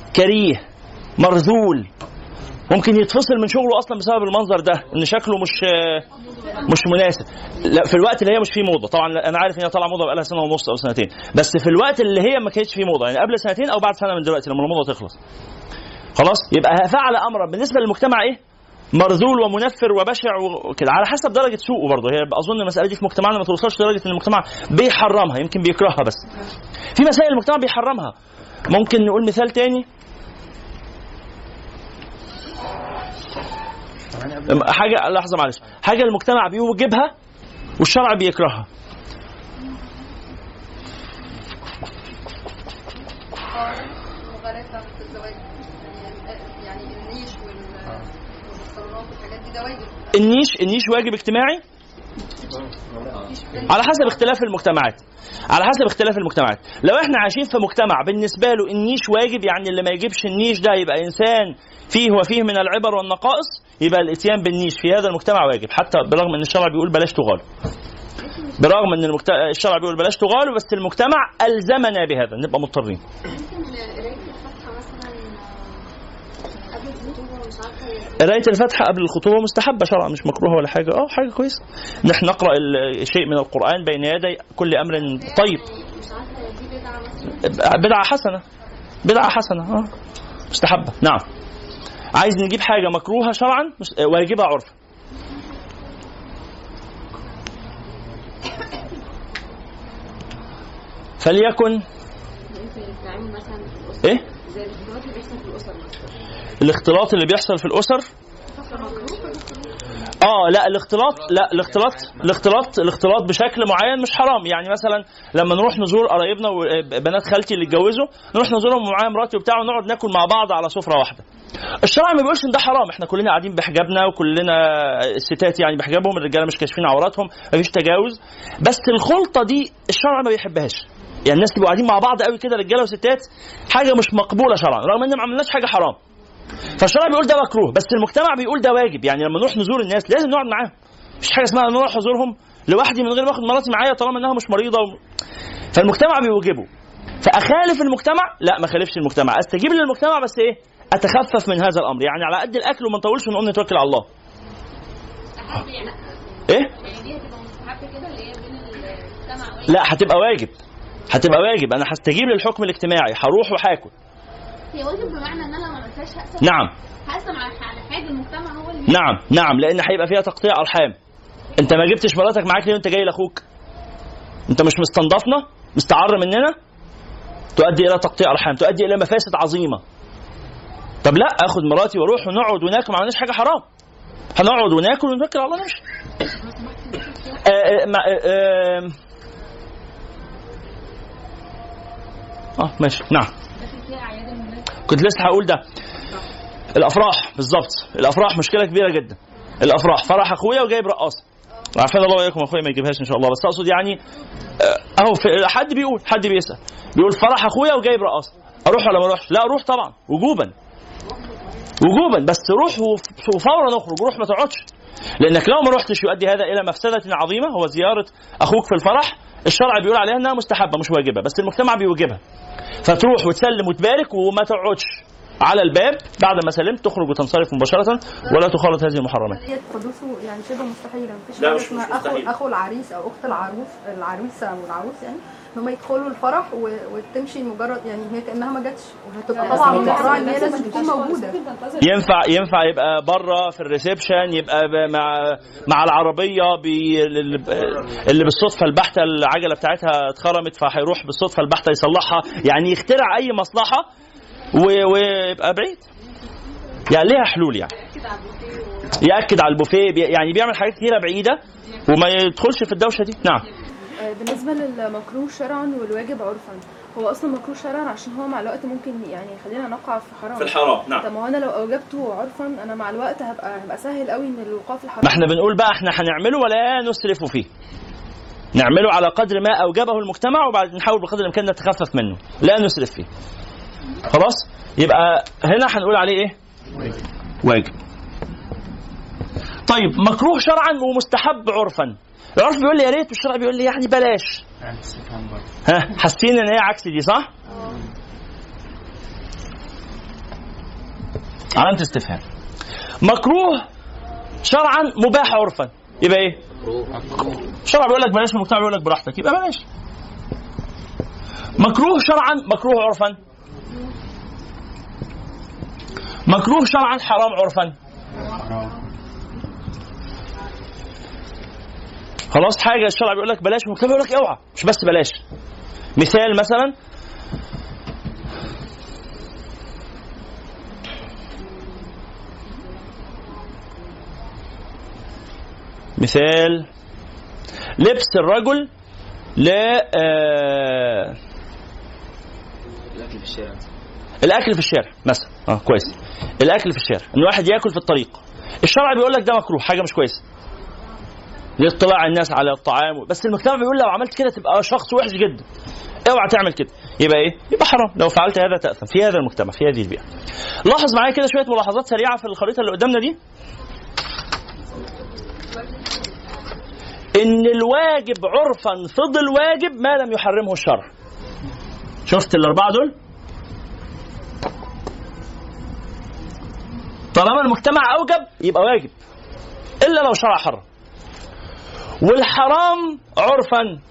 كريه مرذول، ممكن يتفصل من شغله اصلا بسبب المنظر ده، ان شكله مش مناسب. لا في الوقت اللي هي مش فيه موضه، طبعا انا عارف ان هي طالعه موضه بقالها سنه ونص او سنتين، بس في الوقت اللي هي ما كانتش فيه موضه، يعني قبل سنتين او بعد سنه من دلوقتي لما الموضه تخلص خلاص، يبقى فعل امرا بالنسبه للمجتمع ايه؟ مرذول ومنفر وبشع وكده، على حسب درجه سوءه برضه. هي اظن المساله دي في مجتمعنا ما توصلش لدرجه ان المجتمع بيحرمها، يمكن بيكرهها، بس في مسائل المجتمع بيحرمها. ممكن نقول مثال تاني، حاجه لحظه معلش، حاجه المجتمع بيوجبها والشرع بيكرهها. النيش واجب اجتماعي على حسب اختلاف المجتمعات، على حسب اختلاف المجتمعات. لو احنا عايشين في مجتمع بالنسبه له النيش واجب، يعني اللي ما يجيبش النيش ده يبقى انسان فيه وفيه من العبر والنقائص، يبقى الاتيان بالنيش في هذا المجتمع واجب، حتى برغم ان الشرع بيقول بلاش تغالوا، برغم ان الشرع بيقول بلاش تغالوا، بس المجتمع الزمنا بهذا، نبقى مضطرين. قراية الفاتحة قبل الخطوبة مستحبة شرعا، مش مكروه ولا حاجة، حاجة كويسة. نحن نقرأ شيء من القرآن بين يدي كل أمر طيب. بدعة حسنة، بدعة حسنة، مستحبة. نعم. عايز نجيب حاجة مكروهة شرعا واجبها عرفا. فليكن ايه؟ الاختلاط اللي بيحصل في الأسر. لا الاختلاط بشكل معين مش حرام. يعني مثلا لما نروح نزور قرايبنا وبنات خالتي اللي اتجوزوا، نروح نزورهم ومعايا مراتي وبتاع، ونقعد ناكل مع بعض على سفرة واحدة. الشرع ما بيقولش ان ده حرام، احنا كلنا قاعدين بحجابنا، وكلنا الستات يعني بحجابهم، الرجاله مش كاشفين عوراتهم، مفيش تجاوز. بس الخلطة دي الشرع ما بيحبهاش، يعني الناس تبقوا قاعدين مع بعض قوي كده رجاله وستات، حاجه مش مقبوله شرعا، رغم ان ما عملناش حاجه حرام. فالشرع بيقول ده مكروه، بس المجتمع بيقول ده واجب. يعني لما نروح نزور الناس لازم نقعد معاهم، مفيش حاجه اسمها نروح ازورهم لوحدي من غير ما اخد مراتي معايا طالما انها مش مريضه فالمجتمع بيوجبه. فاخالف المجتمع؟ لا، ما خالفش المجتمع، استجيب للمجتمع، بس ايه؟ اتخفف من هذا الامر، يعني على قد الاكل وما نطولش ونقوم نتوكل على الله. ايه؟ لا، هتبقى واجب. انا هستجيب للحكم الاجتماعي، هروح وهاكل. هي واجب بمعنى ان انا لو ما عملتهاش هقسم. نعم، هقسم على حاجه المجتمع هو اللي نعم، لان هيبقى فيها تقطيع ارحام. انت ما جبتش مراتك معاك ليه وانت جاي لاخوك؟ انت مش مستنضفنا، مستعر مننا، تؤدي الى تقطيع ارحام، تؤدي الى مفاسد عظيمه. طب لا، اخد مراتي واروح ونقعد وناكل، ما عملناش حاجه حرام، هنقعد وناكل ونتوكل على الله نمشي. ماشي. نعم، كنت لسه هقول ده. الافراح بالظبط، الافراح مشكله كبيره جدا. الافراح، فرح اخويا وجايب رقاصه، عافانا الله وياكم، اخويا ما يجيبهاش ان شاء الله، بس اقصد يعني اهو حد بيسال بيقول فرح اخويا وجايب رقاصه، اروح ولا ما اروحش؟ لا، اروح طبعا، وجوبا، بس روح وفورا اخرج، روح ما تقعدش، لانك لو ما روحتش يؤدي هذا الى مفسده عظيمه. هو زياره اخوك في الفرح الشرع بيقول عليها انها مستحبه مش واجبه، بس المجتمع بيوجبها، فتروح وتسلم وتبارك وما تقعدش على الباب، بعد ما سلمت تخرج وتنصرف مباشره، ولا تخالط هذه المحرمات. هي حدوثه يعني شبه مستحيله، مفيش حاجه اسمها اخو العريس او اخت العروسه او العروس، يعني هم يدخلوا الفرح وتمشي مجرد، يعني هي كانها ما جاتش، وهتبقى طبعا مقرره ان هي لازم تكون موجوده. ينفع يبقى بره في الريسبشن، يبقى مع العربيه اللي بالصدفه البحته العجله بتاعتها اتخرمت، فهيروح بالصدفه البحته يصلحها، يعني يخترع اي مصلحه ويبقى بعيد. يعني ليها حلول، يعني يأكد على البوفيه، يعني بيعمل حاجات كتيرة بعيدة وما يدخلش في الدوشة دي. نعم. بالنسبة للمكروه شرعا والواجب عرفا، هو أصلا مكروه شرعا عشان هو مع الوقت ممكن يعني خلينا نقع في حرام، في الحرام. نعم. طب ما انا لو اوجبته عرفا انا مع الوقت هبقى سهل قوي ان الوقوع في الحرام. ما احنا بنقول بقى احنا هنعمله ولا نسرف فيه، نعمله على قدر ما أوجبه المجتمع، وبعد نحاول بقدر الإمكان نتخفف منه، لا نسرف فيه. خلاص، يبقى هنا هنقول عليه ايه؟ واجب. طيب، مكروه شرعا ومستحب عرفا. العرف بيقول لي يا ريت، والشرع بيقول لي يعني بلاش. حاسين ان هي عكس دي، صح؟ علامة استفهام. مكروه شرعا مباح عرفا يبقى ايه؟ الشرع بيقول لك بلاش، المجتمع بيقول لك براحتك، يبقى بلاش. مكروه شرعا مكروه عرفا. مكروه شرعا حرام عرفا. خلاص حاجه الشرع بيقول لك بلاش والمجتمع بيقول لك اوعى، مش بس بلاش. مثال مثلا لبس الرجل الاكل في الشارع مثلا. كويس. الاكل في الشارع ان واحد ياكل في الطريق، الشرع بيقول لك ده مكروه، حاجه مش كويسه لاطلاع الناس على الطعام، بس المجتمع بيقول لو عملت كده تبقى شخص وحش جدا، اوعى تعمل كده، يبقى ايه؟ يبقى حرام. لو فعلت هذا تأثم في هذا المجتمع في هذه البيئه. لاحظ معايا كده شويه ملاحظات سريعه في الخريطه اللي قدامنا دي. ان الواجب عرفا فضل واجب ما لم يحرمه الشرع. شفت الاربعه دول؟ طالما المجتمع اوجب يبقى واجب الا لو شرع حرم. والحرام عرفا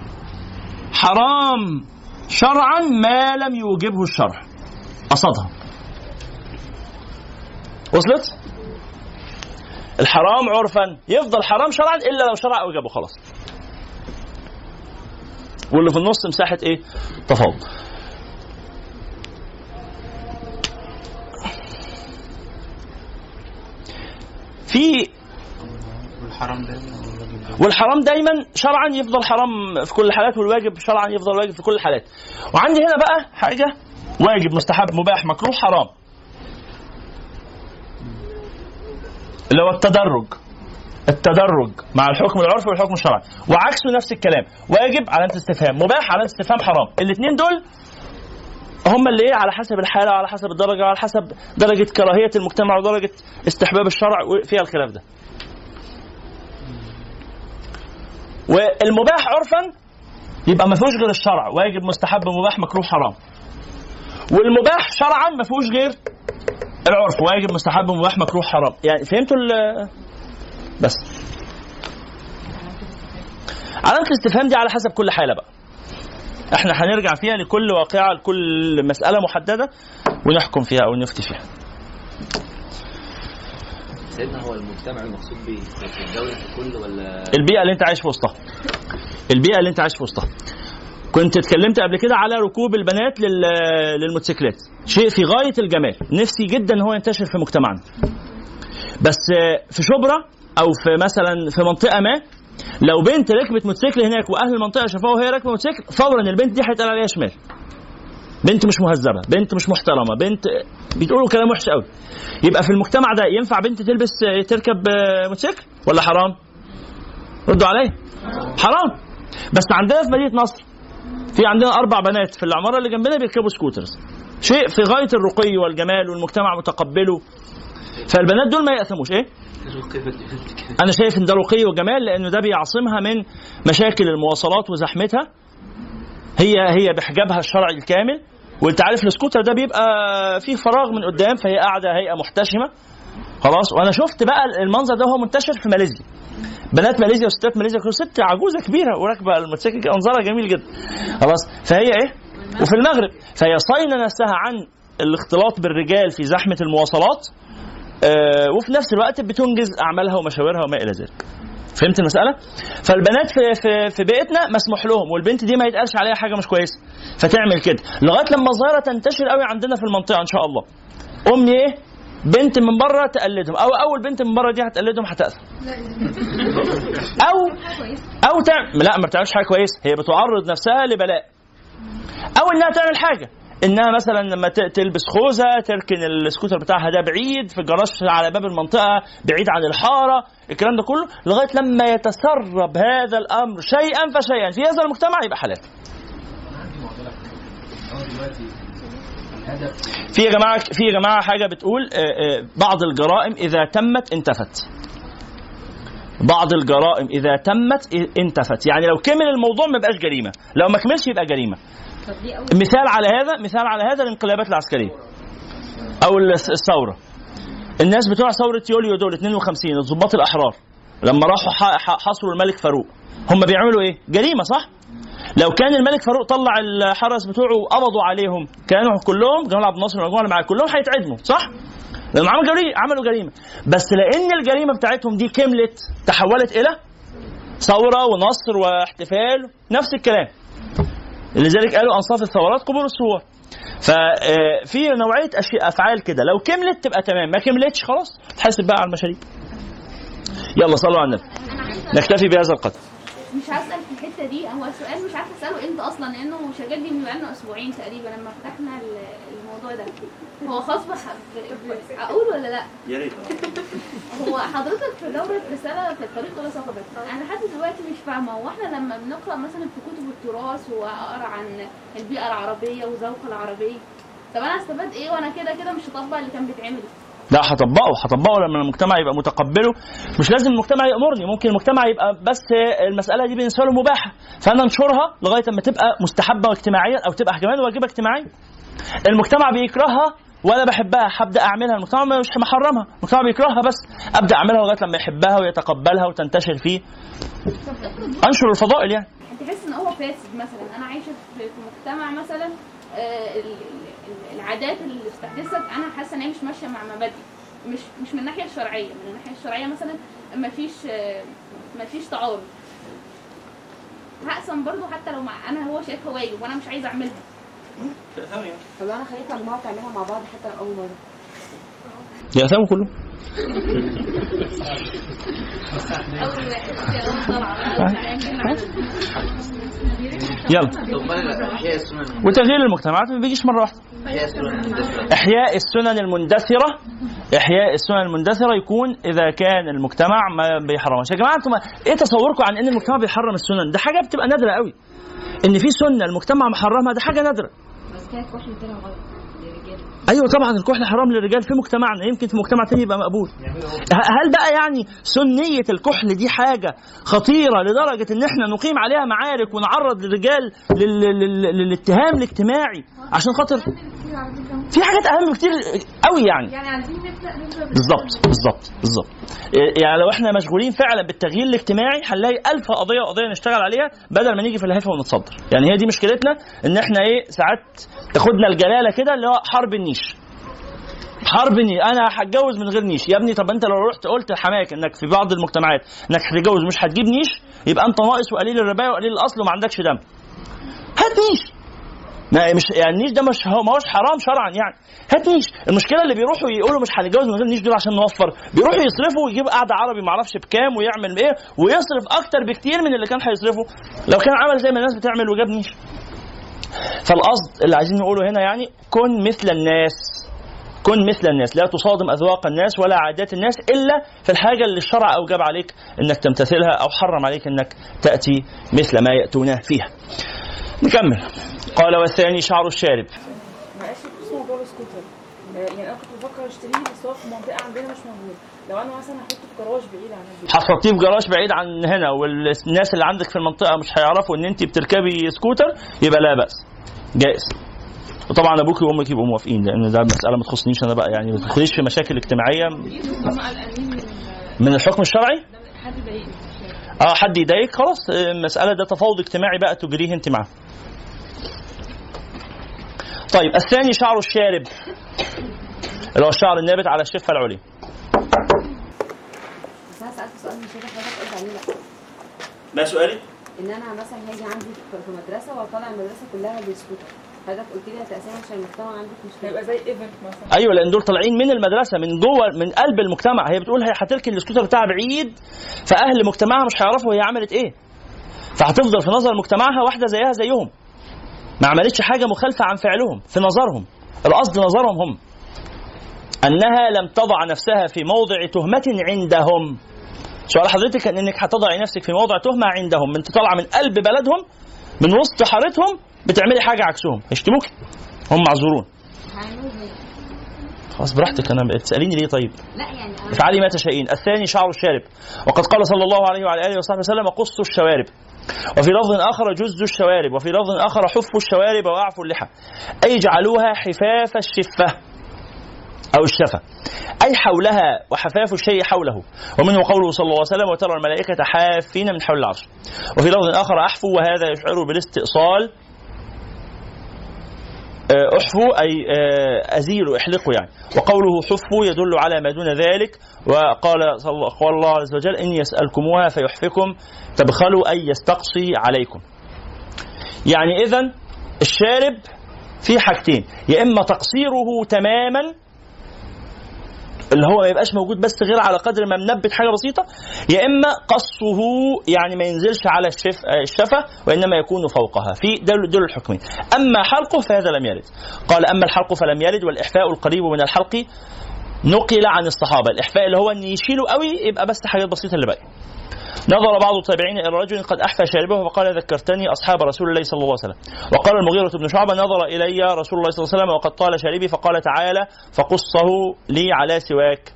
حرام شرعا ما لم يوجبه الشرع. قصدها وصلت؟ الحرام عرفا يفضل حرام شرعا الا لو شرع اوجبه خلاص. واللي في النص مساحه ايه؟ تفاوض. في والحرام دايما شرعا يفضل حرام في كل الحالات، والواجب شرعا يفضل واجب في كل الحالات. وعندي هنا بقى حاجه واجب مستحب مباح مكروه حرام، اللي هو التدرج مع الحكم العرفي والحكم الشرعي، وعكسه نفس الكلام، واجب علامه استفهام، مباح علامه استفهام، حرام. الاثنين دول هم اللي ايه على حسب الحاله وعلى حسب الدرجه وعلى حسب درجه كراهيه المجتمع ودرجه استحباب الشرع فيها الخلاف ده. والمباح عرفا يبقى ما فيهوش غير الشرع، واجب مستحب مباح مكروه حرام. والمباح شرعا ما فيهوش غير العرف، واجب مستحب مباح مكروه حرام. يعني فهمتوا بس علامة الاستفهام دي على حسب كل حالة بقى، احنا هنرجع فيها لكل واقعة لكل مسألة محددة ونحكم فيها او نفتي فيها. سيدنا هو المجتمع المقصود به الدولة ككل ولا البيئة اللي انت عايش في وسطها؟ البيئة اللي انت عايش في وسطها. كنت اتكلمت قبل كده على ركوب البنات للموتوسيكلات، شيء في غاية الجمال، نفسي جدا ان هو ينتشر في مجتمعنا. بس في شبرا او في مثلا في منطقة ما، لو بنت ركبت موتوسيكل هناك واهل المنطقة شافوها وهي راكبة موتوسيكل، فورا البنت دي هيتقال عليها شمال، بنت مش مهذبة، بنت مش محترمة، بنت بتقولوا كلام وحش قوي. يبقى في المجتمع ده ينفع بنت تركب موتوسيكل ولا حرام؟ ردوا عليا. حرام. بس عندنا في مدينة نصر في عندنا 4 بنات في العمارة اللي جنبنا بيركبوا سكوترز، شيء في غاية الرقي والجمال والمجتمع متقبله، فالبنات دول ما يأثموش. ايه؟ انا شايف ان ده رقي وجمال، لانه ده بيعصمها من مشاكل المواصلات وزحمتها، هي بحجابها الشرعي الكامل. وانت عارف السكوتر ده بيبقى فيه فراغ من قدام، فهي قاعده هيئه محتشمه خلاص. وانا شفت بقى المنظر ده هو منتشر في ماليزيا، بنات ماليزيا وستات ماليزيا، كل ست عجوزه كبيره وراكبه الموتوسيكل، منظرها جميل جدا خلاص. فهي ايه؟ وفي المغرب فهي صاينه نفسها عن الاختلاط بالرجال في زحمه المواصلات، وفي نفس الوقت بتنجز اعمالها ومشاورها وما الى ذلك. فهمت المساله؟ فالبنات في بيئتنا مسموح لهم، والبنت دي ما يتقالش عليها حاجه مش كويسه، فتعمل كده لغايه لما الظاهره تنتشر قوي عندنا في المنطقه ان شاء الله. امي ايه؟ بنت من بره تقلدهم، او اول بنت من بره دي هتقلدهم هتاثر، او تعمل لا ما بتعملش حاجه كويسه، هي بتعرض نفسها لبلاء، او انها تعمل حاجه انها مثلا لما تلبس خوذه تركن السكوتر بتاعها ده بعيد في الجراج على باب المنطقه بعيد عن الحاره، الكلام ده كله لغايه لما يتسرب هذا الامر شيئا فشيئا في هذا المجتمع يبقى حلال. في يا جماعه حاجه بتقول بعض الجرائم اذا تمت انتفت، بعض الجرائم اذا تمت انتفت، يعني لو كمل الموضوع ما بقاش جريمه، لو ما كملش يبقى جريمه. مثال على هذا الانقلابات العسكريه او الثوره. الناس بتوع ثوره يوليو دول 52 الضباط الاحرار لما راحوا حصروا الملك فاروق، هم بيعملوا ايه؟ جريمه صح؟ لو كان الملك فاروق طلع الحرس بتوعه وقبضوا عليهم كانوا كلهم جمال عبد الناصر والمجموعه اللي معاه كلهم هيتعدموا صح؟ لما عملوا جريمه، بس لان الجريمه بتاعتهم دي كملت تحولت الى ثوره ونصر واحتفال نفس الكلام. لذلك قالوا انصاف الثورات قبور الثوار. ففي نوعيه افعال كده لو كملت تبقى تمام، ما كملتش خلاص تحاسب بقى على المشاريع. يلا صلوا على النبي. نكتفي بهذا القدر. مش هسأل في الحتة دي، هو السؤال مش عارفة أسأله إمتى أصلا، لأنه شغال بيه من بقالنا أسبوعين تقريبا لما فتحنا الموضوع ده. هو خاص أقول ولا لأ؟ يا ريت. هو حضرتك في دورة رسالة في الطريق ولا صحبك؟ أنا لحد دلوقتي مش فاهمة، هو إحنا لما بنقرأ مثلا في كتب التراث وأقرأ عن البيئة العربية وذوق العربي، طب أنا هستفاد إيه وأنا كده مش هطبق اللي كان بيتعمل؟ لا هطبقه لما المجتمع يبقى متقبله. مش لازم المجتمع يأمرني، ممكن المجتمع يبقى بس المسألة دي بالنسبة له مباحة فأنا انشرها لغاية ما تبقى مستحبة اجتماعيا أو تبقى كمان واجبة اجتماعيا. المجتمع بيكرهها وأنا بحبها هبدأ أعملها، المجتمع مش محرمها، المجتمع بيكرهها بس أبدأ أعملها لغاية لما يحبها ويتقبلها وتنتشر فيه. أنشر الفضائل يعني. تحس إن هو فاسد مثلا، أنا عايشة في مجتمع مثلا العادات اللي بتحدثك انا حاسه ان هي مش ماشيه مع مبادئي، مش من الناحيه الشرعيه. من الناحيه الشرعيه مثلا مفيش تعارض، هقسم برضو حتى لو انا هو شايفها واجب وانا مش عايزه اعملها. طب انا خليتها مجموعه تعملها مع بعض حتى لو اول مره يا كله يلا. وتغيير المجتمعات ما بيجيش مره واحده. احياء السنن المندثره، احياء السنن المندثره يكون اذا كان المجتمع ما بيحرمهاش. يا جماعه انتم ايه تصوركم عن ان المجتمع بيحرم السنن؟ ده حاجه بتبقى نادره قوي. ان في سنه المجتمع محرمها ده حاجه نادره. بس كانت كحل تاني غلط للرجال. ايوه طبعا الكحل حرام للرجال في مجتمعنا، يمكن في مجتمع تاني يبقى مقبول. هل بقى يعني سنيه الكحل دي حاجه خطيره لدرجه ان احنا نقيم عليها معارك ونعرض للرجال للاتهام الاجتماعي عشان خاطر في حاجات اهم بكتير قوي يعني عايزين نبدا بالظبط. يعني لو احنا مشغولين فعلا بالتغيير الاجتماعي هنلاقي 1000 قضيه نشتغل عليها بدل ما نيجي في الهفه ونتصدر. يعني هي دي مشكلتنا، ان احنا ساعات تاخدنا الجلاله كده اللي هو حرب النيش. انا هتجوز من غير نيش يا ابني. طب انت لو رحت قلت لحماك انك في بعض المجتمعات انك هتتجوز مش هتجيب نيش، يبقى انت ناقص وقليل الربايه وقليل الاصل وما عندكش دم. هات نيش. مش يعني النيش ده مش هوش حرام شرعا يعني. هات نيش. المشكله اللي بيروحوا يقولوا مش هنتجوز من غير نيش دول عشان نوفر، بيروحوا يصرفوا ويجيب قاعده عربي ما اعرفش بكام ويعمل ايه ويصرف اكتر بكتير من اللي كان هيصرفه لو كان عمل زي ما الناس بتعمل وجاب نيش. فالقصد اللي عايزين نقوله هنا يعني كن مثل الناس، لا تصادم اذواق الناس ولا عادات الناس الا في الحاجه اللي الشرع اوجب عليك انك تمتثلها او حرم عليك انك تاتي مثل ما ياتون فيها. نكمل. قال والثاني شعر الشارب. معلش بخصوص موضوع السكوتر، يعني انا كنت بفكر اشتريه بس هو في المنطقه عندنا مش موجود. لو انا مثلا هحطه في جراج بعيد عن البيت، هتحطيه في جراج بعيد عن هنا والناس اللي عندك في المنطقه مش هيعرفوا ان انت بتركبي سكوتر، يبقى لا باس جائز. وطبعا ابوك وامك يبقوا موافقين لان ده مساله ما تخصنيش انا بقى، يعني ما تدخليش في مشاكل اجتماعيه من الحكم الشرعي. حد يضايق خلاص المساله ده تفاوض اجتماعي بقى تجريه انت معاه. طيب الثاني شعر الشارب اللي هو الشعر النابت على الشفه العليا. بس انا سالت سؤال مش كده حضرتك قلت عليه. لا ما سؤالي ان انا مثلا هاجي عندي في مدرسه واطلع المدرسه كلها بالسكوتر، حضرتك قلت لي تقسيم عشان المجتمع عندك مش هيبقى زي ايفنت مثلا. ايوه لان دول طالعين من المدرسه من جوه من قلب المجتمع. هي بتقول هي هتركن السكوتر بتاعها بعيد فاهل مجتمعها مش هيعرفوا هي عملت ايه، فهتفضل في نظر مجتمعها واحده زيها زيهم ما عملتش حاجه مخالفه عن فعلهم في نظرهم. القصد نظرهم هم انها لم تضع نفسها في موضع تهمه عندهم. سؤال حضرتك انك هتضعي نفسك في موضع تهمه عندهم، انت طالعه من قلب بلدهم من وسط حارتهم بتعملي حاجه عكسهم يشتموك، هم معذورون. خلاص براحتك، انا بتساليني ليه؟ طيب لا يعني افعلي ما تشائين. الثاني شعر الشارب، وقد قال صلى الله عليه وعلى اله وصحبه وسلم قصوا الشوارب، وفي لفظ آخر جزوا الشوارب، وفي لفظ آخر حفوا الشوارب وأعفوا اللحى، أي جعلوها حفاف الشفة. أو الشفة، أي حولها وحفاف الشيء حوله. ومنه قوله صلى الله عليه وسلم وترى الملائكة حافين من حول العرش. وفي لفظ آخر أحفو، وهذا يشعر بالاستئصال. أحفوا أي أزيلوا احلقوا يعني. وقوله حفوا يدل على ما دون ذلك. وقال الله عز وجل إن يسألكموها فيحفكم تبخلوا أي يستقصي عليكم. يعني إذن الشارب في حاجتين، يا إما تقصيره تماما اللي هو ما يبقاش موجود بس غير على قدر ما منبت حاجة بسيطة، يا إما قصه يعني ما ينزلش على الشفة وإنما يكون فوقها. في دول الحكمين. أما حلقه فهذا لم يرد. قال أما الحلق فلم يرد، والإحفاء القريب من الحلق نقل عن الصحابة. الإحفاء اللي هو أن يشيله قوي يبقى بس حاجات بسيطة اللي باقي. نظر بعض التابعين إلى رجل قد أحفى شاربه فقال ذكرتني أصحاب رسول الله صلى الله عليه وسلم. وقال المغيرة بن شعبة نظر إلي رسول الله صلى الله عليه وسلم وقد طال شاربي فقال تعالى فقصه لي على سواك.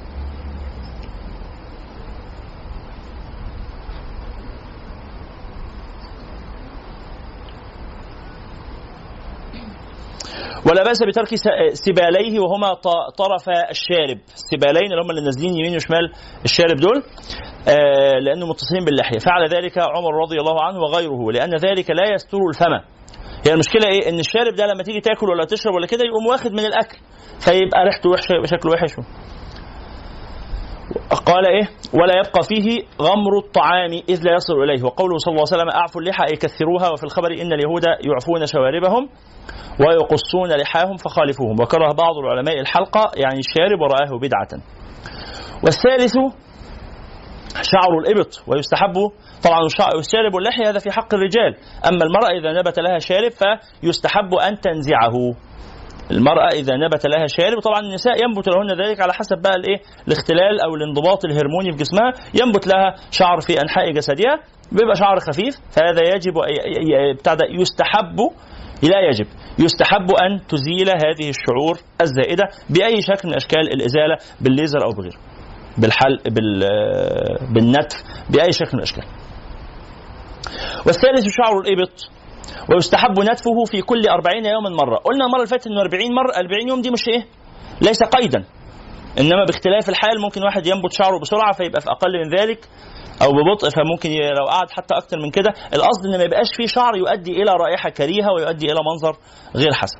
ولا بأس بترك سباليه وهما طرف الشارب. السبالين اللي هم اللي نازلين يمين وشمال الشارب دول لأنه متصلين باللحية. فعل ذلك عمر رضي الله عنه وغيره لأن ذلك لا يستر الفم. هي المشكلة إيه؟ إن الشارب ده لما تيجي تاكل ولا تشرب ولا كده يقوم واخد من الأكل فيبقى ريحته وحشة، يبقى شكله وحش. قال إيه؟ ولا يبقى فيه غمر الطعام إذ لا يصل إليه. وقوله صلى الله عليه وسلم أعفوا اللحى أي كثروها. وفي الخبر إن اليهود يعفون شواربهم ويقصون لحاهم فخالفوهم. وكره بعض العلماء الحلقة يعني الشارب ورآه بدعة. والثالث شعر الإبط ويستحب طبعا الشارب واللحية هذا في حق الرجال. أما المرأة إذا نبت لها شارب فيستحب أن تنزعه. المرأة إذا نبت لها شارب، طبعا النساء ينبت لهن ذلك على حسب بقى الإيه الاختلال أو الانضباط الهرموني في جسمها، ينبت لها شعر في أنحاء جسدها بيبقى شعر خفيف، فهذا يجب يستحب لا يجب يستحب أن تزيل هذه الشعور الزائدة بأي شكل من أشكال الإزالة، بالليزر أو بغيره، بالحلق بالنتف، بأي شكل من الأشكال. والثالث شعر الإبط ويستحب نتفه في كل 40 يوما مرة. قلنا المرة اللي فاتت إنه 40 يوم دي مش إيه ليس قيدا، إنما باختلاف الحال ممكن واحد ينبت شعره بسرعة فيبقى في أقل من ذلك أو ببطء، فممكن لو قعد حتى أكتر من كده. القصد إن ما يبقاش فيه شعر يؤدي إلى رائحة كريهة ويؤدي إلى منظر غير حسن.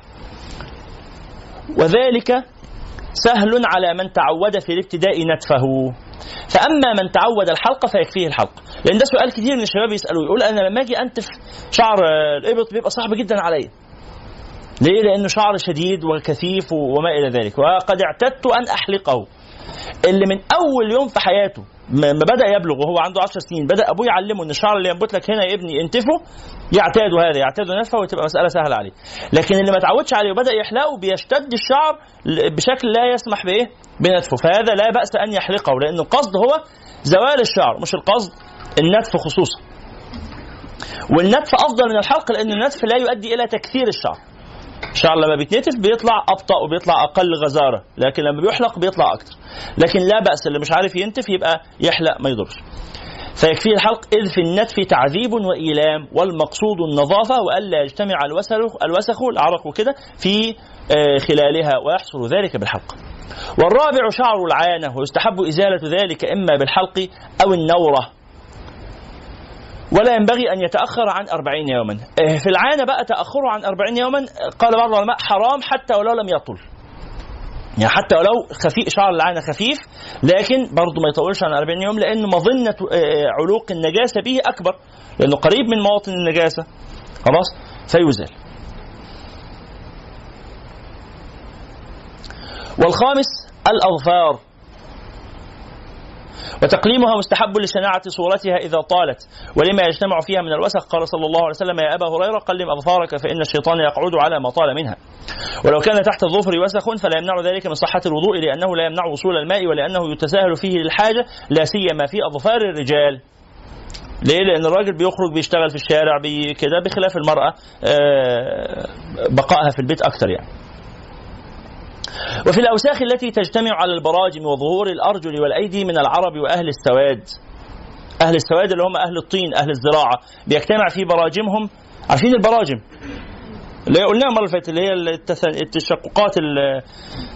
وذلك سهل على من تعود في الابتداء نتفه، فأما من تعود الحلقة فيكفيه الحلق. لأن ده سؤال كثير من الشباب يسألوه، يقول أنا لما أجي أنتف شعر الإبط بيبقى صعب جدا علي. ليه؟ لأنه شعر شديد وكثيف وما إلى ذلك، وقد اعتدت أن أحلقه. اللي من أول يوم في حياته ما بدأ يبلغ وهو عنده 10 سنين بدأ أبوه يعلمه أن الشعر اللي ينبت لك هنا يا ابني انتفه، يعتاد نتفه وتبقى مسألة سهلة عليه. لكن اللي ما تعودش عليه وبدأ يحلقه بيشتد الشعر بشكل لا يسمح بإيه بنتفه، فهذا لا بأس أن يحلقه، لأن القصد هو زوال الشعر مش القصد النتف خصوصا. والنتف أفضل من الحلق لأن النتف لا يؤدي إلى تكثير الشعر. الشعر لما بيتنتف بيطلع أبطأ وبيطلع أقل غزارة، لكن لما بيحلق بيطلع أكتر. لكن لا بأس اللي مش عارف ينتف يبقى يحلق ما يضرش، فيكفيه الحلق. إذ في النتف تعذيب وإيلام، والمقصود النظافة وألا يجتمع الوسخ العرق وكده في خلالها، ويحصل ذلك بالحلق. والرابع شعر العانة، ويستحب إزالة ذلك إما بالحلق أو النورة، ولا ينبغي أن يتأخر عن 40 يوما. في العانة بقى تأخره عن 40 يوما قال بعض العلماء حرام حتى ولو لم يطول، يعني حتى ولو خفيف شعر العانة خفيف لكن برضو ما يطولش عن 40 يوم، لأن مظنة علوق النجاسة به أكبر، لأنه قريب من مواطن النجاسة خلاص فيزال. والخامس الأظفار، وتقليمها مستحب لشناعة صورتها إذا طالت ولما يجتمع فيها من الوسخ. قال صلى الله عليه وسلم يا أبا هريرة قلم أظفارك فإن الشيطان يقعد على ما طال منها. ولو كان تحت الظفر وسخ فلا يمنع ذلك من صحة الوضوء، لأنه لا يمنع وصول الماء ولأنه يتساهل فيه للحاجة، لا سيما في أظفار الرجال. ليه؟ لأن الراجل بيخرج بيشتغل في الشارع كده، بخلاف المرأة بقائها في البيت أكثر يعني. وفي الأوساخ التي تجتمع على البراجم وظهور الأرجل والأيدي من العرب وأهل السواد. أهل السواد اللي هم أهل الطين أهل الزراعة بيجتمع في براجمهم. عارفين البراجم اللي قلناها مرة فاتت اللي هي التشققات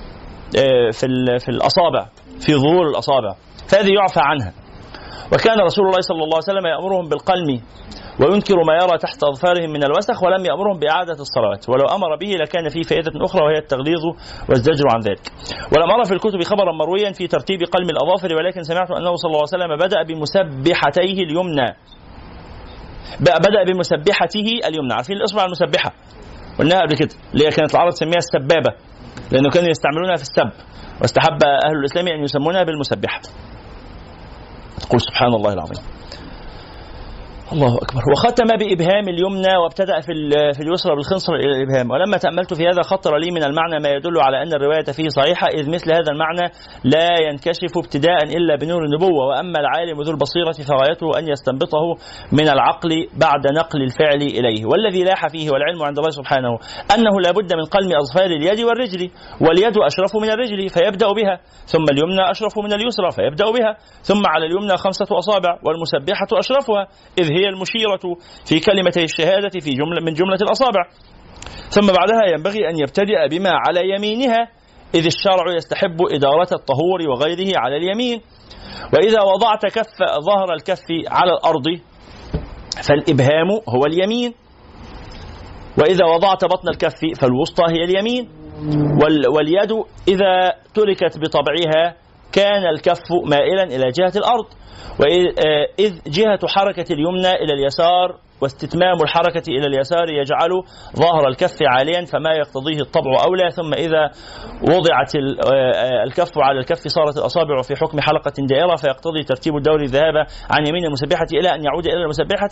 في الأصابع، في ظهور الأصابع، فهذه يعفى عنها. وكان رسول الله صلى الله عليه وسلم يأمرهم بالقلم وينكر ما يرى تحت أظفارهم من الوسخ، ولم يأمرهم بإعادة الصلوات، ولو أمر به لكان فيه فائدة أخرى وهي التغليظ والزجر عن ذلك. ولم أرى في الكتب خبرا مرويا في ترتيب قلم الأظافر، ولكن سمعت أنه صلى الله عليه وسلم بدأ بمسبحتيه اليمنى، بدأ بمسبحته اليمنى. عارفين الإصبع المسبحة؟ قلناها قبل كده، اللي هي كانت العرب تسميها السبابة، لأنه كانوا يستعملونها في السب، واستحب أهل الإسلام أن يسمونها بالمسبحة. تقول سبحان الله العظيم، الله أكبر. وختم بإبهام اليمنى وابتدأ في اليسرى بالخنصر إلى الإبهام. ولما تأملت في هذا خطر لي من المعنى ما يدل على أن الرواية فيه صحيحة، إذ مثل هذا المعنى لا ينكشف ابتداء إلا بنور النبوة، وأما العالم ذو البصيرة فغايته أن يستنبطه من العقل بعد نقل الفعل إليه. والذي لاح فيه والعلم عند الله سبحانه أنه لا بد من قلم أظفار اليد والرجل، واليد أشرف من الرجل فيبدأ بها، ثم اليمنى أشرف من اليسرى فيبدأ بها، ثم على اليمنى 5 أصابع، والمسبحة أشرفها إذ هي المشيرة في كلمتي الشهادة في من جملة الأصابع. ثم بعدها ينبغي أن يبتدئ بما على يمينها، إذ الشرع يستحب إدارة الطهور وغيره على اليمين. وإذا وضعت ظهر الكف على الأرض فالإبهام هو اليمين، وإذا وضعت بطن الكف فالوسطى هي اليمين. واليد إذا تركت بطبعها كان الكف مائلا إلى جهة الأرض، وإذ جهة حركة اليمنى إلى اليسار، واستتمام الحركة إلى اليسار يجعل ظهر الكف عاليا فما يقتضيه الطبع أولى. ثم إذا وضعت الكف على الكف صارت الأصابع في حكم حلقة دائرة، فيقتضي ترتيب الدور الذهاب عن يمين المسبحة إلى أن يعود إلى المسبحة،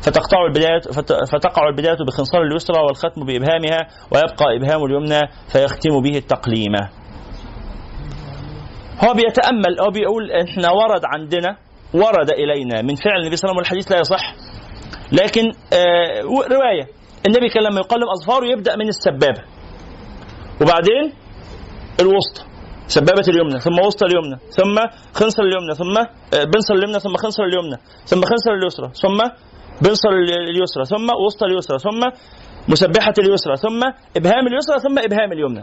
فتقع البداية بخنصر اليسرى والختم بإبهامها، ويبقى إبهام اليمنى فيختم به التقليمة. هو بيتأمل أو بيقول إحنا ورد إلينا من فعل النبي صلى الله عليه وسلم، والحديث لا يصح، لكن رواية النبي كان لما يقلم أظفاره يبدأ من السبابة، وبعدين الوسطى، سبابة اليمنى، ثم وسطى اليمنى، ثم خنصر اليمنى، ثم بنصر اليمنى، ثم خنصر اليمنى، ثم خنصر اليسرى، ثم بنصر اليسرى، ثم وسطى اليسرى، ثم مسبحة اليسرى، ثم إبهام اليسرى، ثم إبهام اليمنى.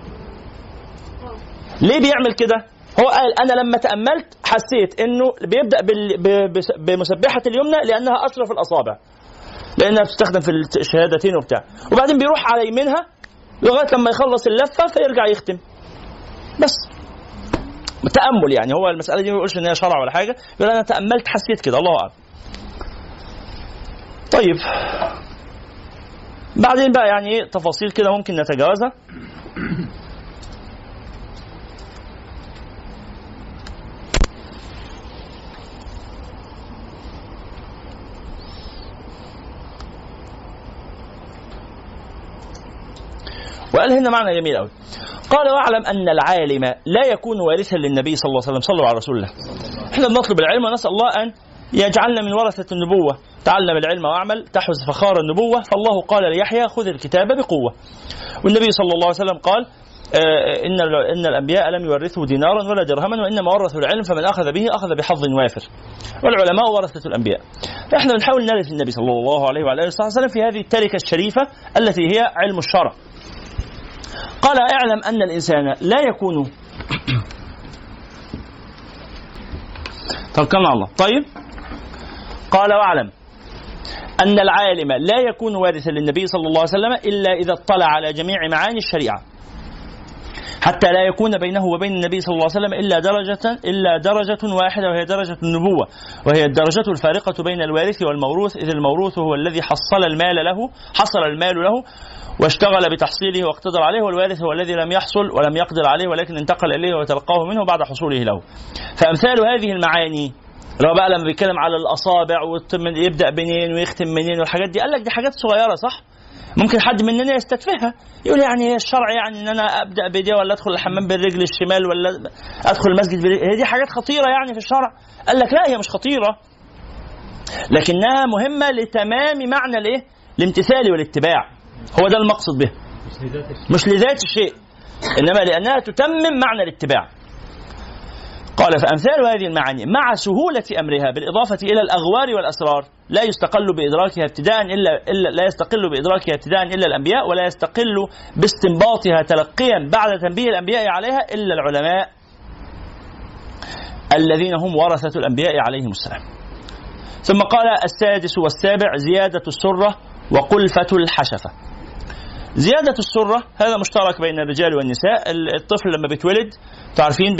ليه بيعمل كده؟ هو قال أنا لما تأملت حسيت إنه بيبدأ بمسبحة اليمنى لأنها أشرف الأصابع، لأنها بتستخدم في الشهادتين وبتاع، وبعدين بيروح على يمينها لغاية لما يخلص اللفة فيرجع يختم. بس تأمل يعني، هو المسألة دي ما بيقولش إن هي شرع ولا حاجة، يقول أنا تأملت حسيت كده، الله أعلم. طيب بعدين بقى يعني تفاصيل كده ممكن نتجاوزها. وقال هنا معنى جميل قوي، قال واعلم أن العالم لا يكون وارثا للنبي صلى الله عليه وسلم. صلوا على رسول الله. احنا بنطلب العلم ونسأل الله أن يجعلنا من ورثة النبوة. تعلم العلم واعمل تحوز فخار النبوة. فالله قال ليحيى خذ الكتاب بقوة، والنبي صلى الله عليه وسلم قال إن الأنبياء لم يورثوا دينارا ولا درهما، وإنما ورثوا العلم فمن أخذ به أخذ بحظ وافر، والعلماء ورثة الأنبياء. احنا بنحاول نرث النبي صلى الله عليه وعلى آله وسلم في هذه التركة الشريفة التي هي علم الشرع. قال اعلم أن الإنسان لا يكون توكلنا على الله. طيب قال واعلم أن العالم لا يكون وارثا للنبي صلى الله عليه وسلم إلا إذا اطلع على جميع معاني الشريعة، حتى لا يكون بينه وبين النبي صلى الله عليه وسلم إلا درجة واحدة، وهي درجة النبوة، وهي الدرجة الفارقة بين الوارث والموروث، إذ الموروث هو الذي حصل المال له واشتغل بتحصيله واقتدر عليه، والوارث هو الذي لم يحصل ولم يقدر عليه ولكن انتقل إليه وتلقاه منه بعد حصوله له. فأمثال هذه المعاني لو بقى لما بيتكلم على الأصابع ويبدأ منين ويختم منين والحاجات دي، قال لك دي حاجات صغيرة صح؟ ممكن حد مننا يستتفهها يقول يعني الشرع يعني ان انا ابدا بدي ولا ادخل الحمام بالرجل الشمال ولا ادخل المسجد بالرجل، هي دي حاجات خطيره يعني في الشرع؟ قال لك لا، هي مش خطيره، لكنها مهمه لتمام معنى الايه؟ الامتثال والاتباع. هو ده المقصد به، مش لذات الشيء، انما لانها تتمم معنى الاتباع. قال فأمثال هذه المعاني مع سهولة أمرها بالإضافة إلى الأغوار والأسرار لا يستقل بإدراكها ابتداء إلا الأنبياء، ولا يستقل باستنباطها تلقيا بعد تنبيه الأنبياء عليها إلا العلماء الذين هم ورثة الأنبياء عليهم السلام. ثم قال السادس والسابع زيادة السرة وقلفة الحشفة. زيادة السرة هذا مشترك بين الرجال والنساء. الطفل لما بيتولد تعرفين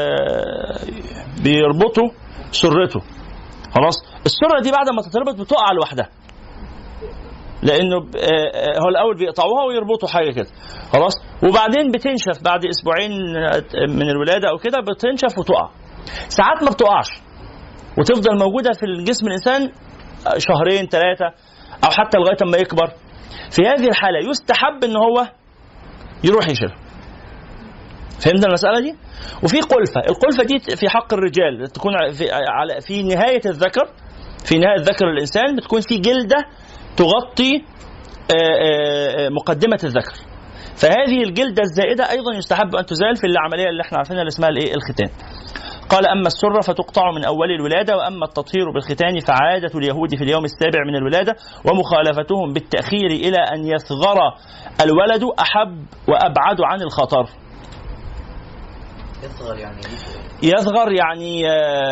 بيربطوا سرته، خلاص السرة دي بعد ما تتربط بتقع لوحدها، لأنه هو الأول بيقطعوها ويربطوا حاجة كده، خلاص، وبعدين بتنشف بعد أسبوعين من الولادة أو كده، بتنشف وتقع. ساعات ما بتقعش وتفضل موجودة في الجسم الإنسان شهرين 3 أو حتى لغاية ما يكبر. في هذه الحالة يستحب إن هو يروح يشيلها. فهمنا المسألة دي؟ وفي قلفة. القلفة دي في حق الرجال تكون في نهاية الذكر، في نهاية ذكر الإنسان بتكون في جلدة تغطي مقدمة الذكر، فهذه الجلدة الزائدة أيضا يستحب أن تزال في العملية اللي احنا عارفينها اللي اسمها الختان. قال أما السرة فتقطع من أول الولادة، وأما التطهير بالختان فعادة اليهود في اليوم السابع من الولادة، ومخالفتهم بالتأخير إلى أن يصغر الولد أحب وأبعد عن الخطر. يصغر يعني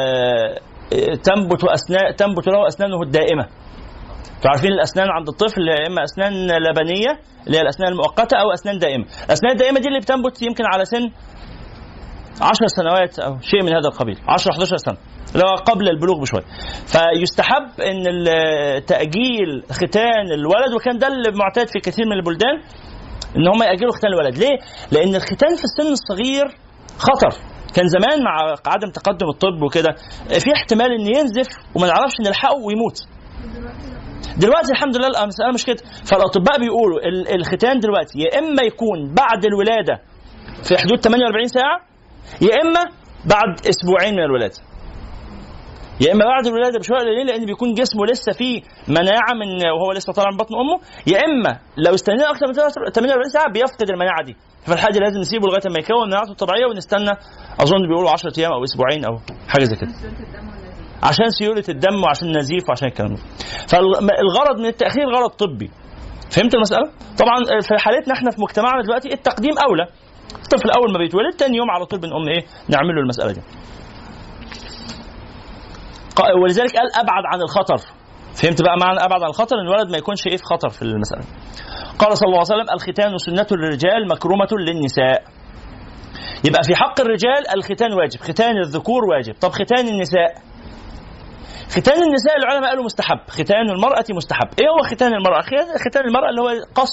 تنبت له أسنانه الدائمة. تعرفين الأسنان عند الطفل إما أسنان لبنية اللي هي الأسنان المؤقتة أو أسنان دائمة. الأسنان الدائمة دي اللي بتنبت يمكن على سن 10 سنوات أو شيء من هذا القبيل، 10-11 سنة، لو قبل البلوغ بشوية. فيستحب أن تأجيل ختان الولد، وكان ده المعتاد في كثير من البلدان أن هم يأجلوا ختان الولد. ليه؟ لأن الختان في السن الصغير خطر. كان زمان مع عدم تقدم الطب وكده في احتمال أن ينزف وما نعرفش نلحقه ويموت. دلوقتي الحمد لله المسألة مش كده. فالأطباء بيقولوا الختان دلوقتي يا إما يكون بعد الولادة في حدود 48 ساعة، يا إما بعد أسبوعين من الولادة، يا إما بعد الولادة بشوية قليلين لأن بيكون جسمه لسه فيه مناعة من وهو لسه طالع من بطن أمه، يا إما لو استنينا أكثر من 48 ساعة بيفقد المناعة دي. فالحاجة لازم نسيبه لغاية ما يكون مناعته الطبيعية ونستنى، أظن بيقولوا 10 أيام أو أسبوعين أو حاجة زي كده، عشان سيولة الدم وعشان النزيف وعشان الكلام ده. فالغرض من التأخير غرض طبي. فهمت المسألة؟ طبعا في حالتنا احنا في مجتمعنا دلوقتي التقديم أولى. الطفل أول ما بيتولد تاني يوم على طول بنقوم نعمل له المسألة دي. ولذلك قال أبعد عن الخطر. فهمت بقى معنى أبعد عن الخطر؟ إن الولد ما يكونش في خطر في المسألة. قال صلى الله عليه وسلم الختان سنة للرجال مكرمة للنساء. يبقى في حق الرجال الختان واجب، ختان الذكور واجب. طب ختان النساء؟ ختان النساء العلماء قالوا مستحب، ختان المرأة مستحب. ايه هو ختان المرأة؟ ختان المرأة اللي هو قص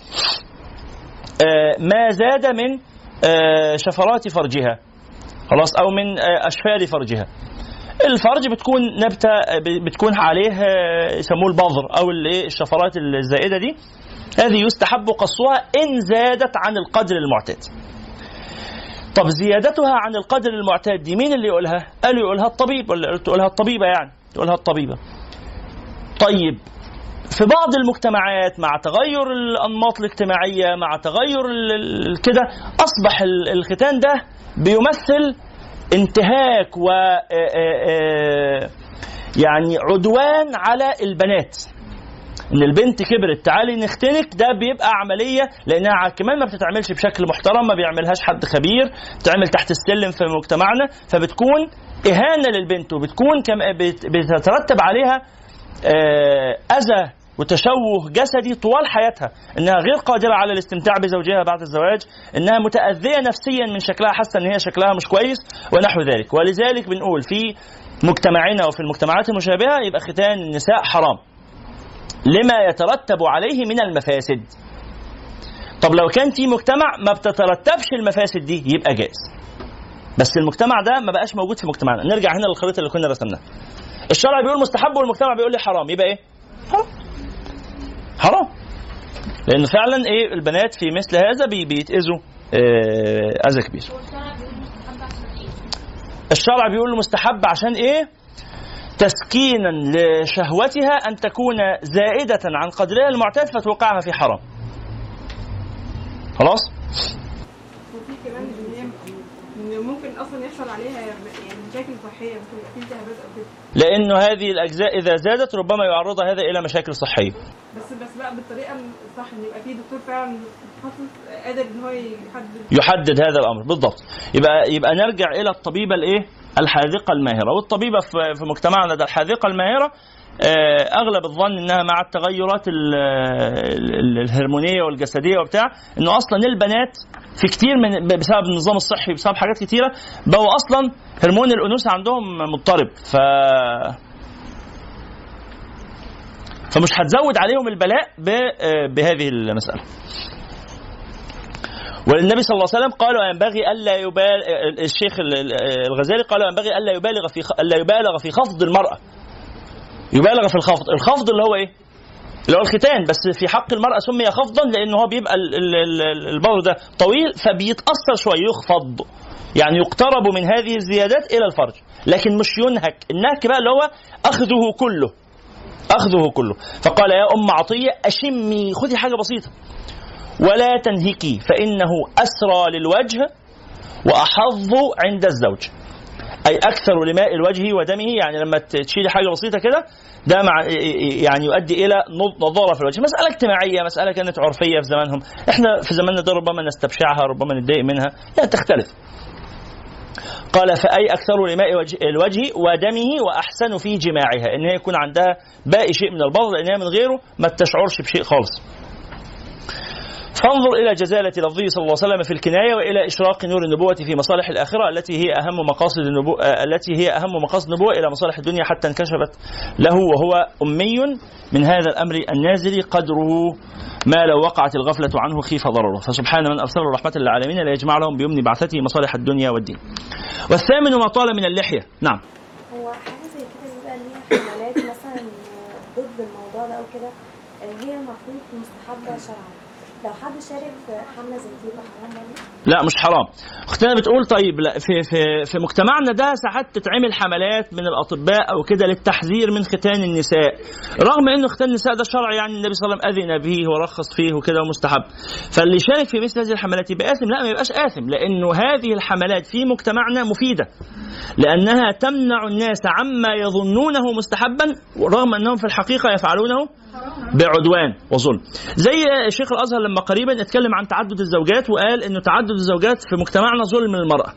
ما زاد من شفرات فرجها، خلاص، او من اشفار فرجها. الفرج بتكون نبتة بتكون عليه يسموه البذر او الشفرات الزائدة دي، هذه يستحب قصها ان زادت عن القدر المعتاد. طب زيادتها عن القدر المعتاد دي مين اللي يقولها؟ قالوا يقولها الطبيب، ولا تقولها الطبيبة، يعني تقولها الطبيبة. طيب في بعض المجتمعات مع تغير الأنماط الاجتماعية، مع تغير كده، أصبح الختان ده بيمثل انتهاك و يعني عدوان على البنات. ان البنت كبرت تعالي نختنك، ده بيبقى عمليه لانها كمان ما بتتعملش بشكل محترم، ما بيعملهاش حد خبير، بتتعمل تحت السلم في مجتمعنا، فبتكون اهانه للبنت، وبتكون بتترتب عليها اذى وتشوه جسدي طوال حياتها، انها غير قادره على الاستمتاع بزوجها بعد الزواج، انها متاذيه نفسيا من شكلها، حاسه ان هي شكلها مش كويس ونحو ذلك. ولذلك بنقول في مجتمعنا وفي المجتمعات المشابهه يبقى ختان النساء حرام لما يترتب عليه من المفاسد. طب لو كان في مجتمع ما بتترتبش المفاسد دي يبقى جائز، بس المجتمع ده ما بقاش موجود في مجتمعنا. نرجع هنا للخريطه اللي كنا رسمناها. الشرع بيقول مستحب والمجتمع بيقول لي حرام، يبقى ايه؟ حرام. لان فعلا البنات في مثل هذا بيتأذوا اذى كبير. الشرع بيقول له مستحب عشان ايه؟ تسكينا لشهوتها أن تكون زائدة عن قدرها المعتاد فتوقعها في حرام. خلاص؟ وفي كمان إن ممكن ممكن اصلا يحصل عليها يعني مشاكل صحيه، ممكن يبقى في التهابات او كده. لانه هذه الاجزاء اذا زادت ربما يعرض هذا الى مشاكل صحيه. بس بقى بالطريقه الصح، ان يبقى في دكتور فعلا متخصص قادر ان هو يحدد هذا الامر بالضبط. يبقى نرجع الى الطبيبه الحاذقه الماهره. والطبيبه في مجتمعنا ده الحاذقه الماهره اغلب الظن انها مع التغيرات الهرمونيه والجسديه وبتاع، انه اصلا البنات في كتير من بسبب النظام الصحي بسبب حاجات كتيره بقوا اصلا هرمون الانوثه عندهم مضطرب، فمش هتزود عليهم البلاء بهذه المساله. والنبي صلى الله عليه وسلم قال ينبغي الا يبالغ، الشيخ الغزالي قال ينبغي الا يبالغ في خفض المراه. يبالغ في الخفض اللي هو ايه؟ اللي هو الختان، بس في حق المرأة سمي خفضا لأنه هو بيبقى البول ده طويل فبيتأثر شوية، يخفض يعني يقترب من هذه الزيادات إلى الفرج، لكن مش ينهك. النهك بقى اللي هو أخذه كله. فقال يا أم عطية أشمي، خذي حاجة بسيطة ولا تنهكي فإنه أسرى للوجه وأحظ عند الزوج، أي أكثر لماء الوجه ودمه. يعني لما تشيلي حاجة بسيطة كده ده يعني يؤدي إلى نضارة في الوجه. مسألة اجتماعية، مسألة كانت عرفية في زمانهم، إحنا في زماننا ده ربما نستبشعها ربما نتضايق منها، يعني تختلف. قال فأي أكثر لماء الوجه ودمه وأحسن في جماعها، إن هي يكون عندها باقي شيء من البغض، لأنها من غيره ما تشعرش بشيء خالص. فانظر إلى جزالة لفظه صلى الله عليه وسلم في الكناية، وإلى إشراق نور النبوة في مصالح الآخرة التي هي أهم مقاصد النبوة إلى مصالح الدنيا، حتى انكشفت له وهو أمي من هذا الأمر النازل قدره ما لو وقعت الغفلة عنه خيف ضرره. فسبحان من أرسله رحمة للعالمين ليجمع لهم بيمن بعثته مصالح الدنيا والدين. والثامن ما طال من اللحية. نعم. هو حاجة زي كده بيبقى ليها حملات مثلا ضد الموضوع ده أو كده، هي المفروض مستحبة شرعا. لو حد شارك في حملة زي دي حرام ولا؟ لا مش حرام. اختنا بتقول طيب لا في مجتمعنا ده ساعات تتعمل حملات من الأطباء أو كده للتحذير من ختان النساء، رغم إنه ختان النساء ده شرع، يعني النبي صلى الله عليه وسلم أذن به ورخص فيه وكده ومستحب. فاللي يشارك في مثل هذه الحملات يبقى آثم؟ لا، ما يبقاش آثم، لأنه هذه الحملات في مجتمعنا مفيدة، لأنها تمنع الناس عما يظنونه مستحبا رغم أنهم في الحقيقة يفعلونه بعدوان وظلم. زي الشيخ الأزهر لما قريبا اتكلم عن تعدد الزوجات وقال انه تعدد الزوجات في مجتمعنا ظلم للمرأة،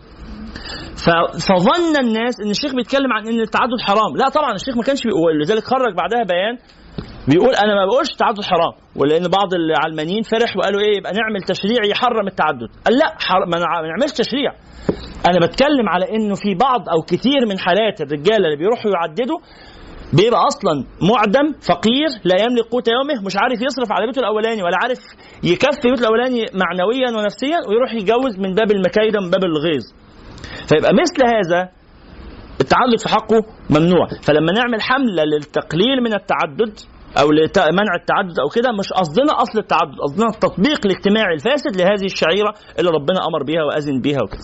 فظن الناس ان الشيخ بيتكلم عن ان التعدد حرام. لا طبعا الشيخ ما كانش بيقول، لذلك خرج بعدها بيان بيقول انا ما بقولش التعدد حرام، ولان بعض العلمانيين فرح وقالوا ايه يبقى نعمل تشريع يحرم التعدد. قال لا، ما نعملش تشريع، انا بتكلم على انه في بعض او كثير من حالات الرجاله اللي بيروحوا يعددوا بيبقى اصلا معدم فقير لا يملك قوت يومه، مش عارف يصرف على بيته الاولاني ولا عارف يكفي بيته الاولاني معنويا ونفسيا، ويروح يتجوز من باب المكايده من باب الغيظ. فيبقى مثل هذا التعدد في حقه ممنوع. فلما نعمل حمله للتقليل من التعدد او لمنع التعدد او كده، مش قصدنا اصل التعدد، قصدنا التطبيق الاجتماعي الفاسد لهذه الشعيره اللي ربنا امر بها واذن بها وكده.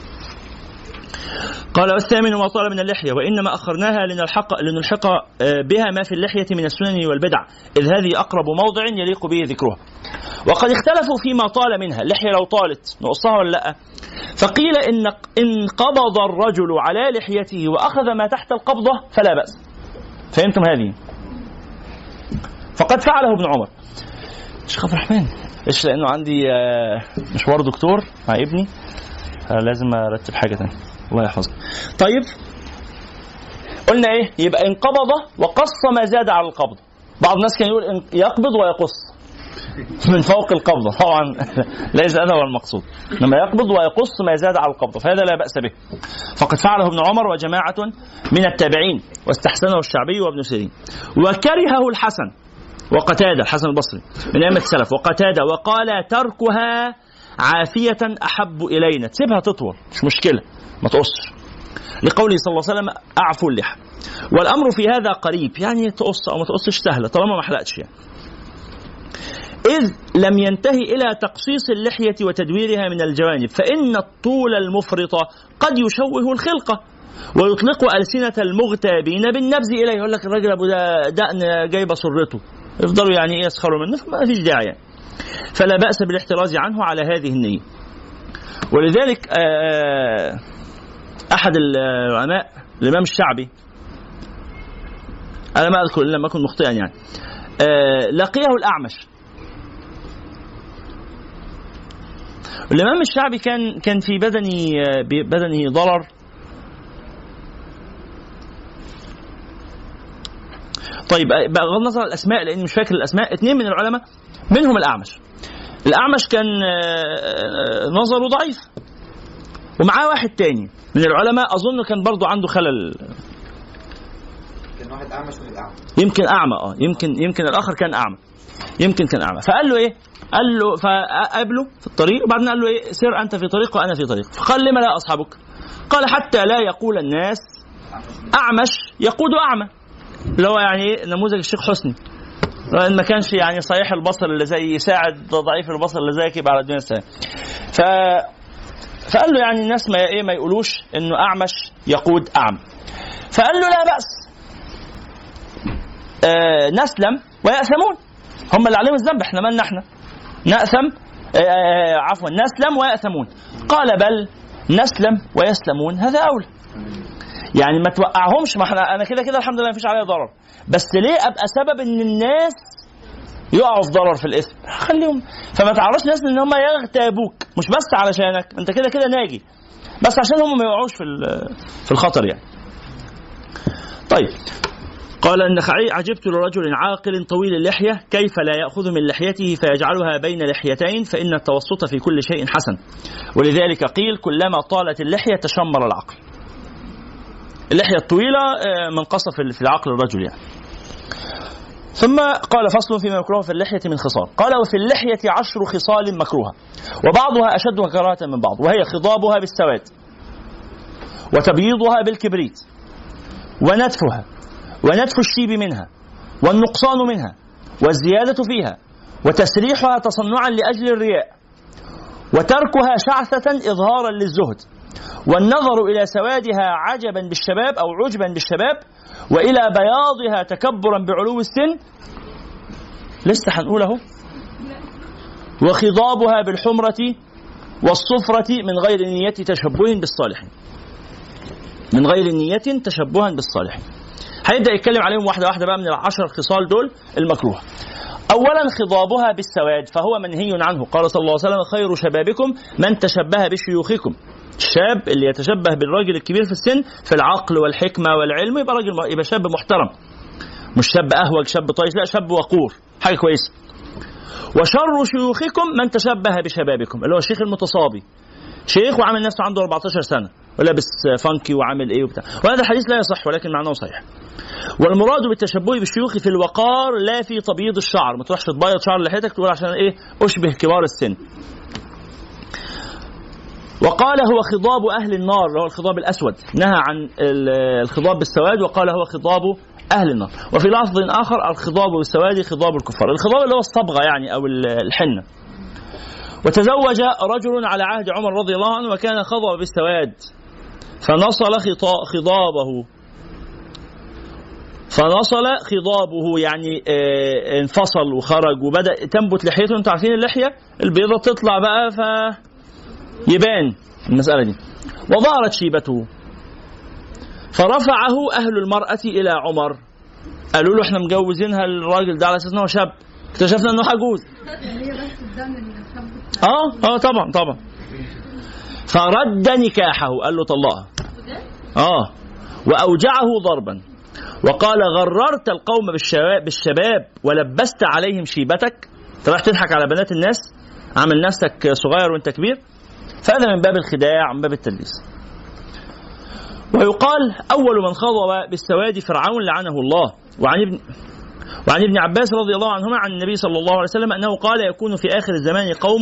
قال والثامن ما طال من اللحية، وإنما أخرناها لنلحق بها ما في اللحية من السنن والبدع، إذ هذه أقرب موضع يليق به ذكرها. وقد اختلفوا فيما طال منها. اللحية لو طالت نقصها ولا لا؟ فقيل إن قبض الرجل على لحيته وأخذ ما تحت القبضة فلا بأس. فهمتم هذه؟ فقد فعله ابن عمر. شيخ عبد الرحمن إيش، لأنه عندي مشوار دكتور مع ابني لازم أرتب حاجة تانية، الله يحفظك. طيب قلنا ايه؟ يبقى انقبض وقص ما زاد على القبض. بعض الناس كان يقول يقبض ويقص من فوق القبضة، طبعا ليس هذا هو المقصود، انما يقبض ويقص ما زاد على القبضة، فهذا لا بأس به. فقد فعله ابن عمر وجماعة من التابعين، واستحسنه الشعبي وابن سيرين، وكرهه الحسن وقتادة، الحسن البصري من أئمة السلف وقتادة، وقال تركها عافية أحب إلينا، تسيبها تطول مش مشكلة ما تقصش، لقوله صلى الله عليه وسلم أعفوا اللحى. والأمر في هذا قريب، يعني تقص أو ما تقصش سهلة طالما ما حلقتش يعني. إذ لم ينتهي إلى تقصيص اللحية وتدويرها من الجوانب، فإن الطول المفرط قد يشوه الخلقة ويطلق ألسنة المغتابين بالنبذ إليه. يقول لك الراجل أبو دقن جايبة سرته، يفضلوا يعني إيه يسخروا منه، فما فيش داعي يعني. فلا بأس بالاحتراز عنه على هذه النية. ولذلك أحد العلماء الإمام الشعبي، أنا ما أذكر إلا لم أكن مخطئا يعني، لقيه الأعمش. الإمام الشعبي كان في بدنه ضرر. طيب بغض النظر عن الأسماء لأني مش فاكر الأسماء، 2 من العلماء منهم الأعمش. الأعمش كان نظره ضعيف، ومعاه واحد تاني من العلماء أظن كان برضو عنده خلل، كان واحد أعمش من الأعمى، يمكن أعمى، يمكن الآخر كان أعمى، فقال له إيه؟ قال له فقابله في الطريق، وبعدين قال له إيه؟ سير أنت في طريق وأنا في طريق. فقال لما لا أصحابك؟ قال حتى لا يقول الناس أعمش يقود أعمى، اللي هو يعني نموذج الشيخ حسني، ما كانش يعني صحيح البصر اللي زي يساعد ضعيف البصر اللي زيك يبقى على الدنيا السلام. فقال له يعني الناس ما يقولوش إنه أعمش يقود أعمى. فقال له لا بأس، نسلم ويأثمون، هم اللي عليهم الذنب، احنا مالنا احنا نأثم، عفوا نسلم ويأثمون. قال بل نسلم ويسلمون هذا أولى، يعني ما توقعهمش، ما انا كده الحمد لله مفيش عليا ضرر، بس ليه ابقى سبب ان الناس يقعوا في ضرر في الاسم؟ خليهم، فما تعرفش الناس ان هم يغتابوك مش بس علشانك انت كده ناجي، بس عشان هم ما يقعوش في الخطر يعني. طيب قال النخعي عجبت لرجل عاقل طويل اللحية كيف لا يأخذ من لحيته فيجعلها بين لحيتين، فإن التوسط في كل شيء حسن، ولذلك قيل كلما طالت اللحية تشمر العقل. اللحية الطويلة منقصة في العقل الرجل يعني. ثم قال فصل فيما يكره في اللحية من خصال. قال وفي اللحية 10 خصال مكروهة وبعضها أشد كراهة من بعض، وهي خضابها بالسواد، وتبييضها بالكبريت، ونتفها، ونتف الشيب منها، والنقصان منها، والزيادة فيها، وتسريحها تصنعا لأجل الرياء، وتركها شعثة إظهارا للزهد، والنظر إلى سوادها عجبا بالشباب أو عجبا بالشباب، وإلى بياضها تكبرا بعلو السن، لسه هنقوله، وخضابها بالحمرة والصفرة من غير نية تشبه بالصالحين، من غير نية تشبها بالصالحين. هيبدأ يتكلم عليهم واحدة واحدة بقى من 10 خصال دول المكروه. أولا خضابها بالسواد فهو منهي عنه، قال صلى الله عليه وسلم خير شبابكم من تشبه بشيوخكم. الشاب اللي يتشبه بالراجل الكبير في السن في العقل والحكمة والعلم يبقى شاب محترم، مش شاب أهوج شاب طايش، لا شاب وقور، حاجة كويسة. وشر شيوخكم من تشبه بشبابكم، اللي هو الشيخ المتصابي، شيخ وعامل نفسه عنده 14 سنة ولابس فانكي وعامل ايه وبتاع، وهذا الحديث لا يصح ولكن معناه صحيح. والمراد بالتشبه بالشيوخ في الوقار لا في تبييض الشعر، ما تروحش تبيض شعر لحيتك تقول عشان ايه اشبه كبار السن. وقال هو خضاب أهل النار، اللي هو الخضاب الأسود، نهى عن الخضاب بالسواد وقال هو خضاب أهل النار. وفي لفظ آخر الخضاب بالسواد خضاب الكفار، الخضاب اللي هو الصبغة يعني أو الحنة. وتزوج رجل على عهد عمر رضي الله عنه وكان خضب بالسواد فنصل خضابه يعني انفصل وخرج وبدأ تنبت لحيته. انتوا عارفين اللحية البيضة تطلع بقى فيبان المسألة دي. وظهرت شيبته فرفعه أهل المرأة إلى عمر، قالوا له احنا مجوزينها الراجل ده على أساس انه شاب، اكتشفنا انه حجوز. طبعا فرد نكاحه، قال له طلقها. وأوجعه ضربا وقال غررت القوم بالشباب ولبست عليهم شيبتك، انت راح تضحك على بنات الناس، عامل نفسك صغير وانت كبير. فهذا من باب الخداع، من باب التلبيس. ويقال أول من خضب بالسواد فرعون لعنه الله. وعن ابن عباس رضي الله عنهما عن النبي صلى الله عليه وسلم أنه قال يكون في آخر الزمان قوم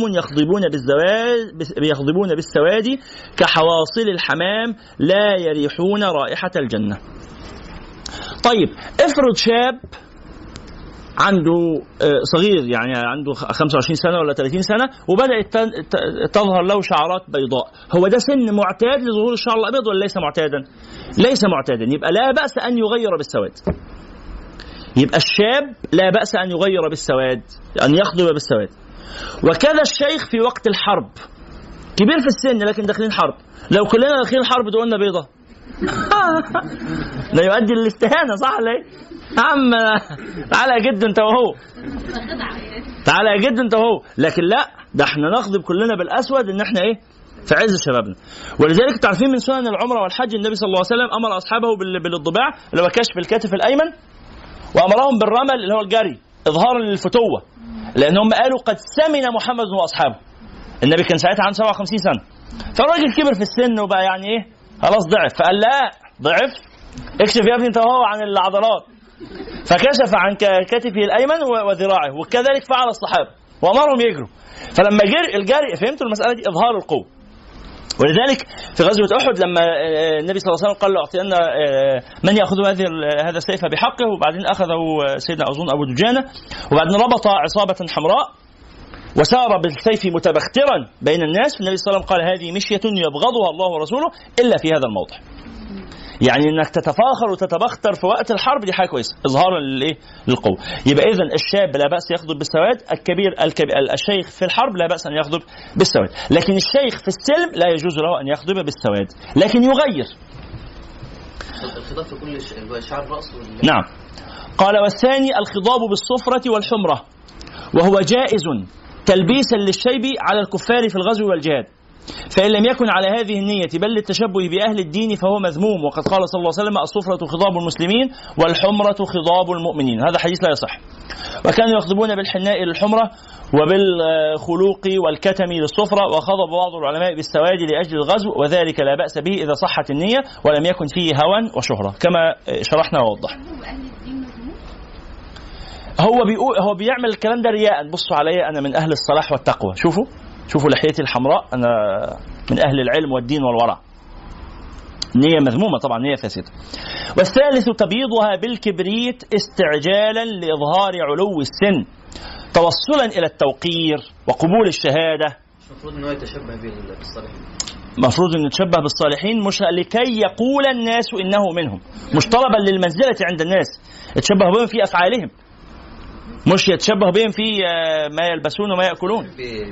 يخضبون بالسواد كحواصل الحمام لا يريحون رائحة الجنة. طيب افرض شاب عنده صغير يعني عنده 25 سنة ولا 30 سنة وبدأت تظهر له شعرات بيضاء، هو ده سن معتاد لظهور الشعر الأبيض ولا ليس معتادا؟ ليس معتادا، يبقى لا بأس أن يغير بالسواد. يبقى الشاب لا بأس أن يغير بالسواد، أن يخضب بالسواد. وكذا الشيخ في وقت الحرب، كبير في السن لكن داخلين حرب. لو كلنا داخلين الحرب تقولنا بيضة لا يؤدي للاستهانة، صح ولا ايه؟ عم تعالى يا جد انت وهو، تعالى يا جد انت وهو. لكن لا، ده احنا نخضب كلنا بالاسود ان احنا ايه في عز شبابنا. ولذلك تعرفين من سنن العمره والحج النبي صلى الله عليه وسلم امر اصحابه بالضباع اللي هو كشف الكتف الايمن، وامرهم بالرمل اللي هو الجري اظهارا للفتوه، لانهم قالوا قد سمن محمد واصحابه. النبي كان ساعتها عنده 57 سنه، فالراجل كبر في السن وبقى يعني ايه خلاص ضعف، فقال لا ضعف اكشف يا ابني انت وهو عن العضلات، فكشف عن كتفه الايمن وذراعه، وكذلك فعل الصحابه وامرهم يجروا. فلما جري الجري فهمتوا المساله دي اظهار القوه. ولذلك في غزوه احد لما النبي صلى الله عليه وسلم قال له اعطينا من ياخذ هذا السيف بحقه، وبعدين اخذه سيدنا اظن ابو دجانه، وبعدين ربط عصابه حمراء وسار بالسيف متبخترا بين الناس. النبي صلى الله عليه وسلم قال هذه مشيه يبغضها الله ورسوله الا في هذا الموضع. يعني انك تتفاخر وتتبختر في وقت الحرب دي حاجه كويسه اظهارا للقوه. يبقى اذا الشاب لا باس يخضب بالسواد، الكبير الشيخ في الحرب لا باس ان يخضب بالسواد، لكن الشيخ في السلم لا يجوز له ان يخضب بالسواد، لكن يغير الخضاب في كل شعر الراس. نعم. قال والثاني الخضاب بالصفرة والحمرة، وهو جائز تلبيسا للشيب على الكفار في الغزو والجهاد، فإن لم يكن على هذه النية بل للتشبه بأهل الدين فهو مذموم. وقد قال صلى الله عليه وسلم الصفرة خضاب المسلمين والحمرة خضاب المؤمنين. هذا حديث لا يصح. وكانوا يخضبون بالحناء للحمرة وبالخلوق والكتم للصفرة، وخضب بعض العلماء بالسواد لأجل الغزو، وذلك لا بأس به إذا صحت النية ولم يكن فيه هوى وشهرة كما شرحنا ووضحنا. هو بيعمل الكلام ده رياء. بصوا عليا أنا من أهل الصلاح والتقوى، شوفوا لحيتي الحمراء، أنا من أهل العلم والدين والورع. نية مذمومة طبعا، نية فاسدة. والثالث تبييضها بالكبريت استعجالا لإظهار علو السن توصلا إلى التوقير وقبول الشهادة. المفروض أنه يتشبه بالصالحين، مفروض أن يتشبه بالصالحين مش لكي يقول الناس إنه منهم، مش طلبا للمنزلة عند الناس، يتشبه بهم في أفعالهم مش يتشبه بهم في ما يلبسون وما يأكلون.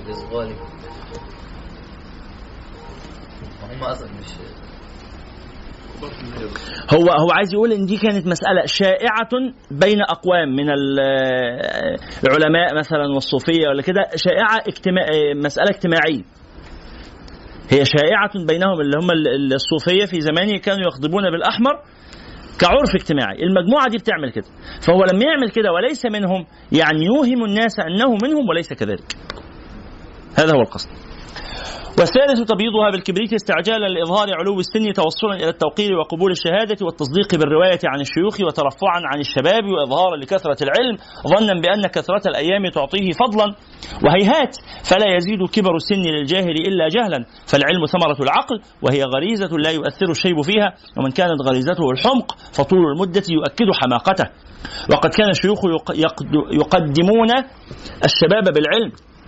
هو عايز يقول ان دي كانت مسألة شائعة بين أقوام من العلماء مثلا والصوفية ولا كده، شائعة مسألة اجتماعية، هي شائعة بينهم اللي هم الصوفية في زمانه كانوا يخضبون بالأحمر كعرف اجتماعي. المجموعة دي بتعمل كده، فهو لما يعمل كده وليس منهم يعني يوهم الناس أنه منهم وليس كذلك. هذا هو القصد. والثالث تبييضها بالكبريت استعجالا لإظهار علو السن توصلا إلى التوقير وقبول الشهادة والتصديق بالرواية عن الشيوخ وترفعا عن الشباب وإظهارا لكثرة العلم ظنا بأن كثرة الأيام تعطيه فضلا، وهيهات فلا يزيد كبر السن للجاهل إلا جهلا، فالعلم ثمرة العقل وهي غريزة لا يؤثر الشيب فيها، ومن كانت غريزته الحمق فطول المدة يؤكد حماقته. وقد كان الشيوخ يقدمون الشباب بالعلم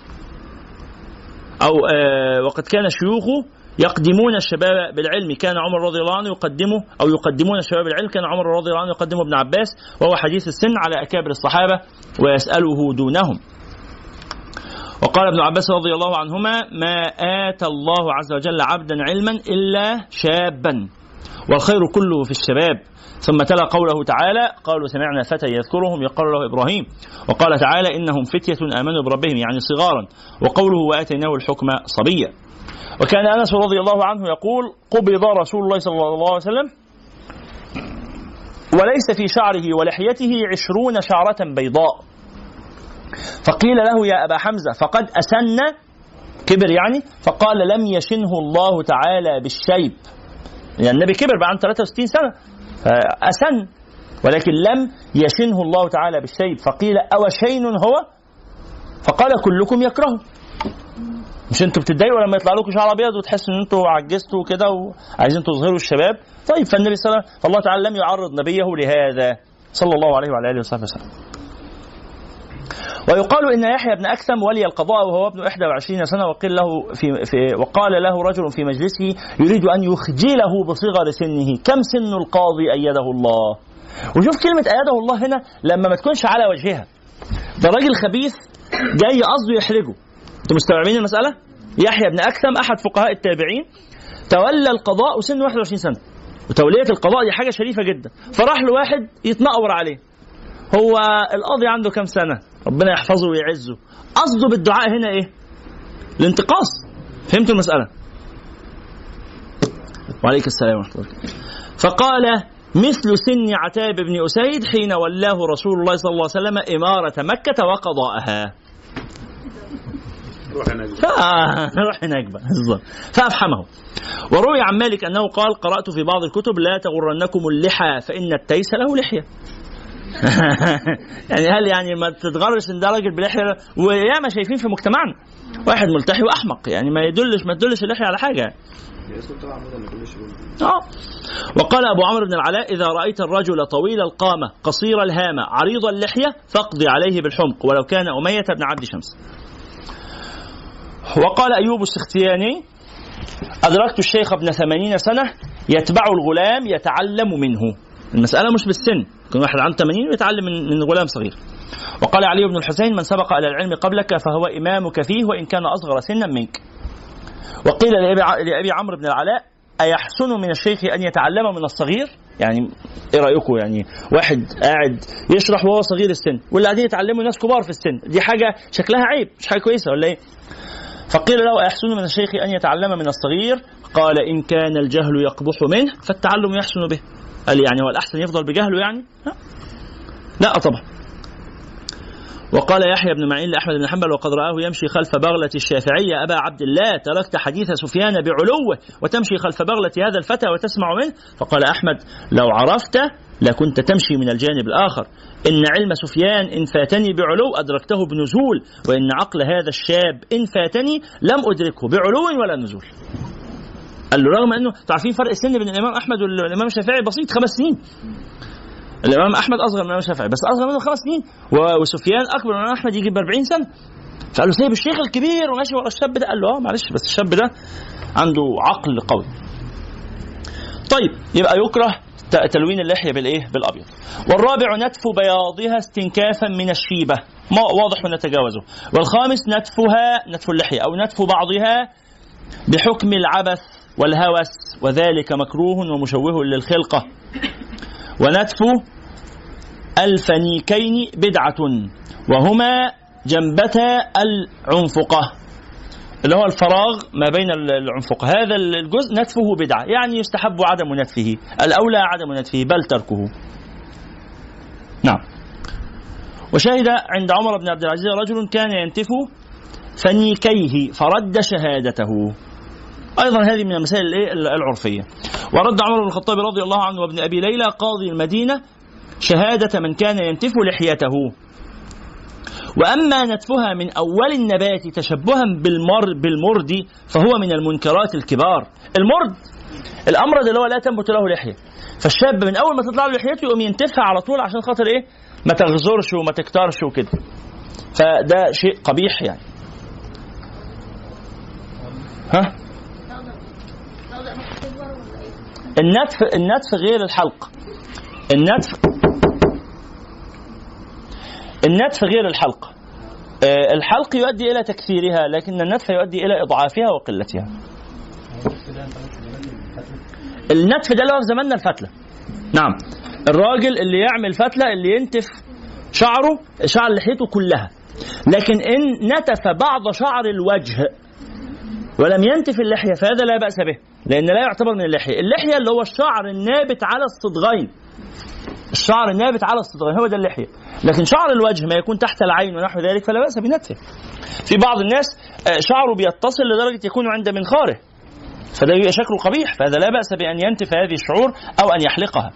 وقد كان الشيوخ يقدمون الشباب بالعلم. كان عمر رضي الله عنه يقدمون الشباب بالعلم. كان عمر رضي الله عنه يقدم ابن عباس وهو حديث السن على أكابر الصحابة ويسأله دونهم. وقال ابن عباس رضي الله عنهما ما آتى الله عز وجل عبدا علما إلا شابا والخير كله في الشباب. ثم تلا قوله تعالى قالوا سمعنا فتى يذكرهم يقال له إبراهيم. وقال تعالى إنهم فتية آمنوا بربهم يعني صغارا. وقوله وآتيناه الحكم صبيا. وكان أنس رضي الله عنه يقول قبض رسول الله صلى الله عليه وسلم وليس في شعره ولحيته 20 شعرة بيضاء، فقيل له يا أبا حمزة فقد أسن كبر يعني، فقال لم يشنه الله تعالى بالشيب، يعني النبي كبر بعد 63 سنة أسن، ولكن لم يشنه الله تعالى بالشيب. فقيل أو شين هو؟ فقال كلكم يكرهه. مش انتوا بتتضايقوا لما يطلع لكم شعر ابيض وتحسوا ان انتوا عجزتوا كده وعايزين تظهروا الشباب؟ طيب فالنبي صلى الله عليه وسلم فالله تعالى لم يعرض نبيه لهذا صلى الله عليه وعلى اله وصحبه وسلم. ويقال ان يحيى بن اكثم ولي القضاء وهو ابن 21 سنه، وقيل له وقال له رجل في مجلسه يريد ان يخجله بصغر سنه كم سن القاضي ايده الله. وشوف كلمه ايده الله هنا لما ما تكونش على وجهها، ده راجل خبيث جاي قصده يحرجه. انتوا مستوعبين المساله؟ يحيى بن أكثم أحد فقهاء التابعين تولى القضاء وسنه 21 سنة، وتولية القضاء دي حاجة شريفة جدا. فراح له واحد يتنقر عليه، هو القاضي عنده كم سنة؟ ربنا يحفظه ويعزه. قصده بالدعاء هنا إيه؟ الانتقاص. فهمتوا المسألة؟ وعليك السلام ورحمة الله. فقال مثل سن عتاب بن أسيد حين ولاه رسول الله صلى الله عليه وسلم إمارة مكة وقضاءها. روح هناك بقى فأفحمه. وروي عن مالك أنه قال قرأت في بعض الكتب لا تغرنكم اللحى فإن التيس له لحية. يعني هل يعني ما تتغرش ان ده راجل بلحية؟ وياما شايفين في مجتمعنا واحد ملتحي وأحمق، يعني ما تدلش اللحية على حاجة. وقال أبو عمرو بن العلاء إذا رأيت الرجل طويل القامة قصير الهامة عريض اللحية فاقضي عليه بالحمق ولو كان أمية بن عبد شمس. وقال أيوب السختياني أدركت الشيخ ابن 80 سنة يتبع الغلام يتعلم منه. المسألة مش بالسن، كل واحد عنده 80 ويتعلم من غلام صغير. وقال علي بن الحسين من سبق إلى العلم قبلك فهو إمامك فيه وإن كان أصغر سنا منك. وقيل لأبي عمرو بن العلاء أيحسن من الشيخ أن يتعلم من الصغير؟ يعني إيه رأيكم؟ يعني واحد قاعد يشرح وهو صغير السن واللي قاعدين يتعلموا ناس كبار في السن، دي حاجة شكلها عيب، مش حاجة كويسة ولا إيه؟ فقيل له أيحسن من الشيخ أن يتعلم من الصغير؟ قال إن كان الجهل يقبح منه فالتعلم يحسن به. قال يعني هو الأحسن يفضل بجهله يعني؟ لا طبعا. وقال يحيى بن معين لأحمد بن حنبل وقد رآه يمشي خلف بغلة الشافعية أبا عبد الله تركت حديث سفيان بعلوه وتمشي خلف بغلة هذا الفتى وتسمع منه؟ فقال أحمد لو عرفت لكنت تمشي من الجانب الآخر، إن علم سفيان إن فاتني بعلو أدركته بنزول، وإن عقل هذا الشاب إن فاتني لم أدركه بعلو ولا نزول. قال له رغم أنه تعرفين فرق السن بين الإمام أحمد والإمام الشافعي بسيط 5 سنين. الإمام أحمد أصغر من الإمام الشافعي بس أصغر منه 5 سنين، وسفيان أكبر من الإمام أحمد يجي ب40 سنة. فقال له سيب الشيخ الكبير وماشي ورا الشاب ده. قال له معلش بس الشاب ده عنده عقل قوي. طيب يبقى يكره تلوين اللحية بالإيه؟ بالأبيض. والرابع نتف بياضها استنكافا من الشيبة، ما واضح ونتجاوزه. والخامس نتف اللحية أو نتف بعضها بحكم العبث والهوس وذلك مكروه ومشوه للخلقة. ونتف الفنيكين بدعة وهما جنبتا العنفقة اللي هو الفراغ ما بين العنفقة، هذا الجزء نتفه بدعة، يعني يستحب عدم نتفه، الأولى عدم نتفه بل تركه. نعم. وشهد عند عمر بن عبد العزيز رجل كان ينتف فنيكيه فرد شهادته، أيضا هذه من المسائل العرفية. ورد عمر بن الخطاب رضي الله عنه وابن أبي ليلى قاضي المدينة شهادة من كان ينتف لحيته. وأما نتفها من أول النبات تشبها بالمرد فهو من المنكرات الكبار. الأمرد اللي هو لا تنبت له لحية، فالشاب من أول ما تطلع له لحيته يقوم ينتفها على طول عشان خاطر إيه؟ ما تغزرش وما تكترش وكده، فده شيء قبيح يعني. ها؟ النتف غير الحلق. النتف غير الحلق. الحلق يؤدي إلى تكثيرها، لكن النتف يؤدي إلى إضعافها وقلتها. النتف ده اللي هو في زماننا الفتلة. نعم، الراجل اللي يعمل فتلة اللي ينتف شعر لحيته كلها، لكن إن نتف بعض شعر الوجه ولم ينتف اللحية فهذا لا بأس به، لأن لا يعتبر من اللحية. اللحية اللي هو الشعر النابت على الصدغين، الشعر النابت على الصدغين هو ده اللحية، لكن شعر الوجه ما يكون تحت العين ونحو ذلك فلا بأس بنتفه. في بعض الناس شعره بيتصل لدرجة يكون عند منخاره، فده يبقى شكله قبيح، فهذا لا بأس بأن ينتف هذه الشعور أو أن يحلقها.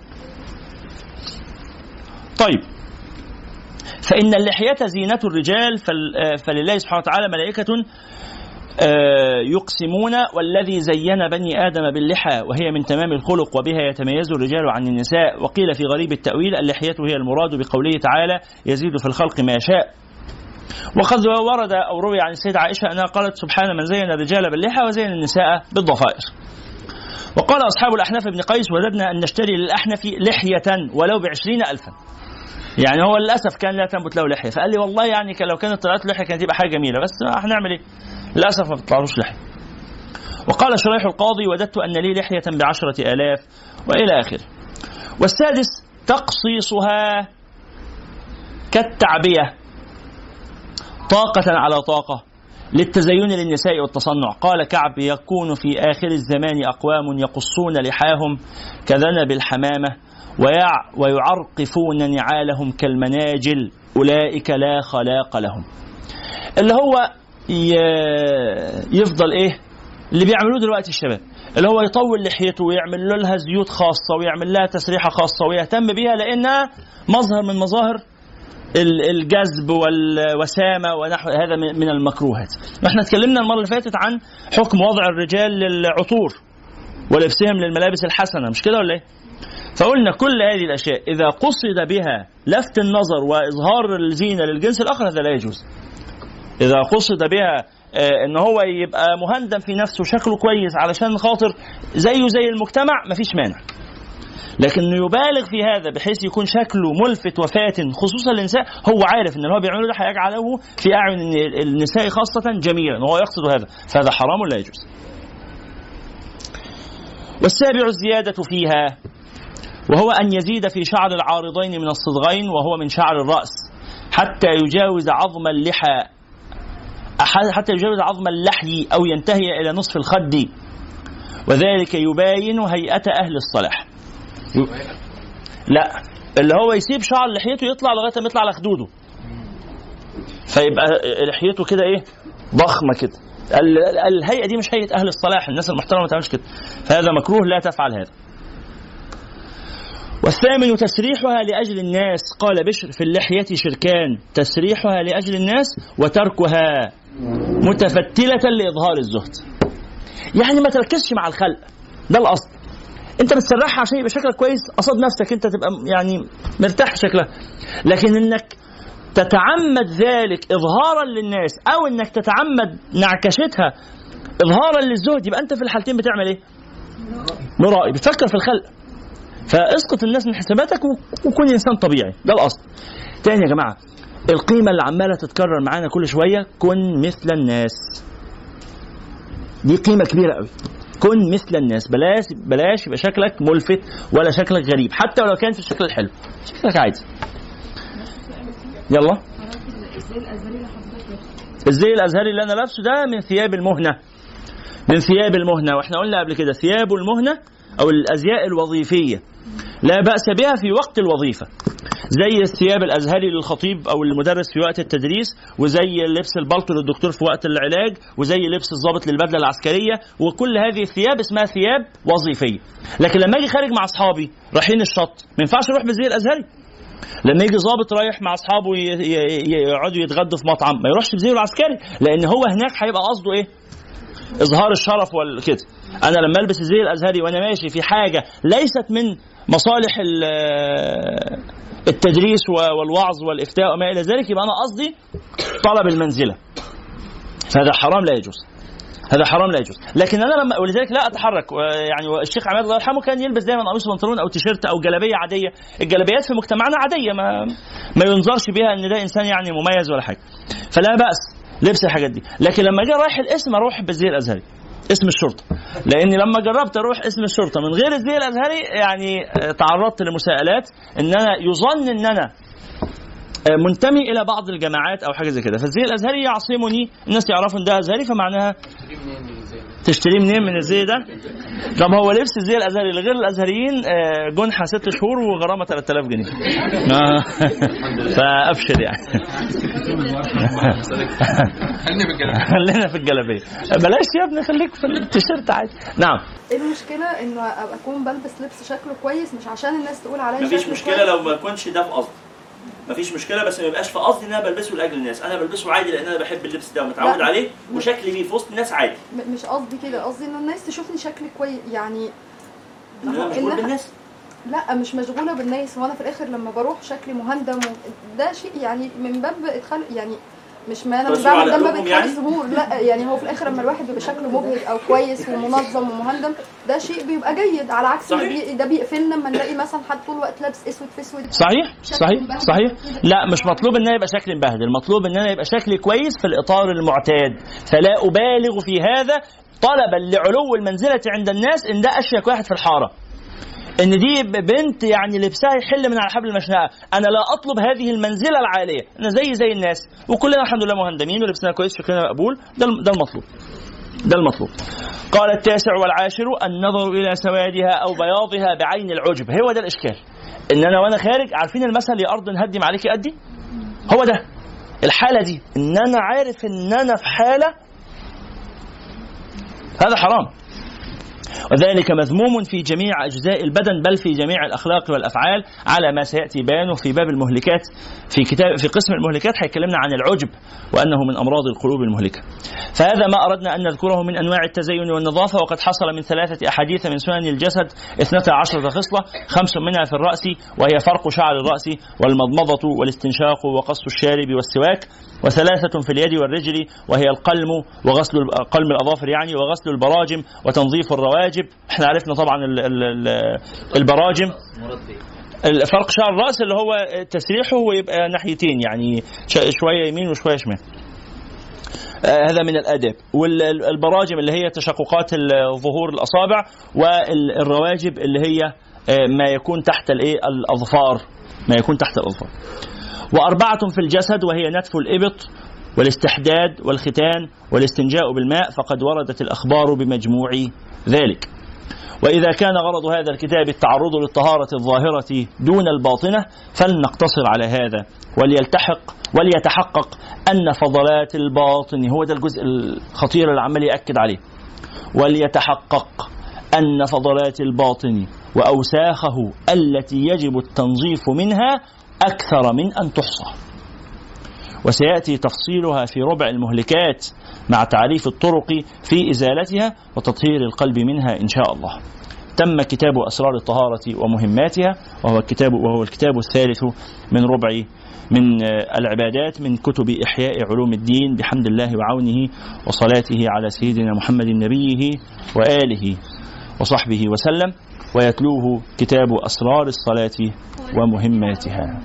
طيب، فإن اللحية زينة الرجال، فلله سبحانه وتعالى ملائكة يقسمون والذي زين بني آدم باللحى وهي من تمام الخلق وبها يتميز الرجال عن النساء. وقيل في غريب التأويل اللحية هي المراد بقوله تعالى يزيد في الخلق ما يشاء. وقد ورد أو روي عن السيدة عائشة أنها قالت سبحان من زين الرجال باللحى وزين النساء بالضفائر. وقال أصحاب الأحناف بن قيس وددنا أن نشتري للأحنف لحية ولو ب20,000، يعني هو للأسف كان لا تنبت له لحية، فقال لي والله يعني لو كانت طلعت لحية كانت تبقى حاجة جميلة، بس هنعمل إيه؟ للاسف ما بتطلعلوش لحيه. وقال شريح القاضي: وددت ان لي لحيه ب10,000 والى اخره. والسادس تقصيصها كالتعبيه طاقه على طاقه للتزين للنساء والتصنع. قال كعب: يكون في آخر الزمان أقوام يقصون لحاهم كذنب الحمامة ويعرقفون نعالهم كالمناجل، أولئك لا خلاق لهم. اللي هو يفضل إيه اللي بيعملوه دلوقتي الشباب، اللي هو يطول لحيته ويعمل لها زيوت خاصة ويعمل لها تسريحة خاصة ويهتم بها لأنها مظهر من مظاهر الجذب والوسامة ونحو هذا من المكروهات. احنا اتكلمنا المرة اللي فاتت عن حكم وضع الرجال للعطور ولبسهم للملابس الحسنة، مش كده ولا ايه؟ فقلنا كل هذه الأشياء إذا قصد بها لفت النظر وإظهار الزينة للجنس الآخر هذا لا يجوز. إذا قصد بها إن هو يبقى مهندم في نفسه شكله كويس علشان خاطر زيه زي المجتمع مفيش مانع، لكن يبالغ في هذا بحيث يكون شكله ملفت وفاتن خصوصا للنساء، هو عارف ان اللي هو بيعمله ده هيجعله في اعين النساء خاصه جميلا وهو يقصد هذا، فهذا حرام لا يجوز. والسابع الزياده فيها، وهو ان يزيد في شعر العارضين من الصدغين وهو من شعر الراس حتى يجاوز عظم اللحى، حتى يجاوز عظم اللحي او ينتهي الى نصف الخد، وذلك يباين هيئه اهل الصلاح. لا، اللي هو يسيب شعر لحيته يطلع لغايه ما يطلع على خدوده، فيبقى لحيته كده ايه ضخمه كده. الهيئه دي مش هيئه اهل الصلاح، الناس المحترمه ما تعملش كده، فهذا مكروه لا تفعل هذا. والثامن تسريحها لاجل الناس. قال بشر: في اللحيه شركان، تسريحها لاجل الناس وتركها متفتله لاظهار الزهد. يعني ما تركزش مع الخلق، ده الاصل. انت بتسرحها عشان يبقى شكلك كويس قصاد نفسك، انت تبقى يعني مرتاح شكلها، لكن انك تتعمد ذلك اظهارا للناس او انك تتعمد نعكشتها اظهارا للزهد، يبقى انت في الحالتين بتعمل ايه؟ مرائي، بتفكر في الخلق. فاسقط الناس من حساباتك وكون انسان طبيعي، ده الاصل. تاني يا جماعه، القيمه اللي عماله تتكرر معانا كل شويه: كن مثل الناس. دي قيمه كبيره قوي. كن مثل الناس، بلاش يبقى شكلك ملفت ولا شكلك غريب، حتى ولو كان في الشكل الحلو، شكلك عادي. يلا. الزي الازهري اللي انا لابسه ده من ثياب المهنه، من ثياب المهنه، واحنا قلنا قبل كده ثياب المهنه او الازياء الوظيفيه لا باس بها في وقت الوظيفه، زي الثياب الازهري للخطيب او المدرس في وقت التدريس، وزي لبس البلطو للدكتور في وقت العلاج، وزي لبس الضابط للبدله العسكريه، وكل هذه الثياب اسمها ثياب وظيفيه. لكن لما اجي خارج مع اصحابي رايحين الشط ما ينفعش اروح بالزي الازهري. لما يجي ضابط رايح مع اصحابه يقعدوا يتغدوا في مطعم ما يروحش بزيه العسكري، لان هو هناك هيبقى قصده ايه؟ اظهار الشرف والكده. انا لما البس الزي الازهري وانا ماشي في حاجه ليست من مصالح التدريس والوعظ والافتاء وما الى ذلك، يبقى انا قصدي طلب المنزله، فهذا حرام لا يجوز، هذا حرام لا يجوز. لكن انا لما ولذلك لا اتحرك. يعني الشيخ عماد الله يرحمه كان يلبس دايما قميص وبنطلون او تيشيرت او جلابيه عاديه. الجلابيات في مجتمعنا عاديه، ما ينظرش بها ان ده انسان يعني مميز ولا حاجه، فلا باس لبس الحاجات دي. لكن لما اجي رايح الاسم اروح بالزي الازهري، اسم الشرطه، لاني لما جربت اروح اسم الشرطه من غير الزي الازهري يعني تعرضت لمساءلات ان انا يظن ان انا منتمي الى بعض الجماعات او حاجه زي كده. فالزي الازهري يعصمني، الناس يعرفوا ان ده ازهري، فمعناها تشتري منين من الزي ده؟ طب هو لبس الزي الازهري لغير الازهريين جنحه 6 شهور وغرامه 3000 جنيه. فابشر يعني. خلينا في الجلابيه، بلاش يا ابني، خليك في التيشيرت عادي. نعم. ايه المشكله انه اكون بلبس لبس شكله كويس مش عشان الناس تقول عليا مفيش مشكله لو ما يكونش ده في قصدي، مفيش مشكله، بس ما يبقاش في قصدي ان انا بلبسه لاجل الناس. انا بلبسه عادي لان انا بحب اللبس ده ومتعود عليه وشكلي بيه في وسط الناس عادي. مش قصدي كده، قصدي ان الناس تشوفني شكلي كويس يعني. انا مشغول بالناس؟ لا مش مشغوله بالناس، وانا في الاخر لما بروح شكلي مهندم ده شيء يعني من باب ادخال يعني مش ما انا مش بعمل ده ما بيتحبش ظهور، لا يعني هو في الاخر لما الواحد بيبقى شكله مبهج او كويس ومنظم ومهندم ده شيء بيبقى جيد، على عكس ده بيقفلنا لما نلاقي مثلا حد طول الوقت لابس اسود في اسود. صحيح. لا مش مطلوب ان انا يبقى شكلي مبهدل، المطلوب ان انا يبقى شكلي كويس في الاطار المعتاد، فلا ابالغ في هذا طلبا لعلو المنزله عند الناس ان ده اشيك واحد في الحاره، ان دي بنت يعني لبسها يحل من على حبل المشنقه، انا لا اطلب هذه المنزله العاليه، انا زي الناس وكلنا الحمد لله مهندمين ولبسنا كويس شكلنا مقبول، ده المطلوب. قال 9 والعاشر النظر الى سوادها او بياضها بعين العجب. هو ده الاشكال، ان انا وانا خارج، عارفين المثل يا ارض هدم عليك ادي، هو ده الحاله دي، ان انا عارف ان انا في حاله، هذا حرام، وذلك مذموم في جميع أجزاء البدن بل في جميع الأخلاق والأفعال، على ما سيأتي بيانه في باب المهلكات في قسم المهلكات. هيكلمنا عن العجب وأنه من أمراض القلوب المهلكة. فهذا ما أردنا أن نذكره من أنواع التزين والنظافة، وقد حصل من 3 أحاديث من سنن الجسد 12 خصلة، 5 منها في الرأس وهي فرق شعر الرأس والمضمضة والاستنشاق وقص الشارب والسواك، و3 في اليد والرجل وهي القلم وغسل قلم الأظافر يعني، وغسل البراجم وتنظيف الرواجب. احنا عرفنا طبعا البراجم فرق شعر الرأس اللي هو تسريحه ويبقى ناحيتين يعني شوية يمين وشوية شمال، هذا من الآداب. والبراجم اللي هي تشققات ظهور الأصابع، والرواجب اللي هي ما يكون تحت الأظفار، و4 في الجسد وهي نتف الإبط والاستحداد والختان والاستنجاء بالماء، فقد وردت الأخبار بمجموع ذلك. وإذا كان غرض هذا الكتاب التعرض للطهارة الظاهرة دون الباطنة فلنقتصر على هذا، وليتحقق أن فضلات الباطن، هو ده الجزء الخطير اللي عمال يأكد عليه، وليتحقق أن فضلات الباطن وأوساخه التي يجب التنظيف منها أكثر من أن تحصى، وسيأتي تفصيلها في ربع المهلكات مع تعريف الطرق في إزالتها وتطهير القلب منها إن شاء الله. تم كتاب أسرار الطهارة ومهماتها، وهو الكتاب الثالث من العبادات من كتب إحياء علوم الدين، بحمد الله وعونه وصلاته على سيدنا محمد نبيه وآله وصحبه وسلم، ويتلوه كتاب أسرار الصلاة ومهماتها.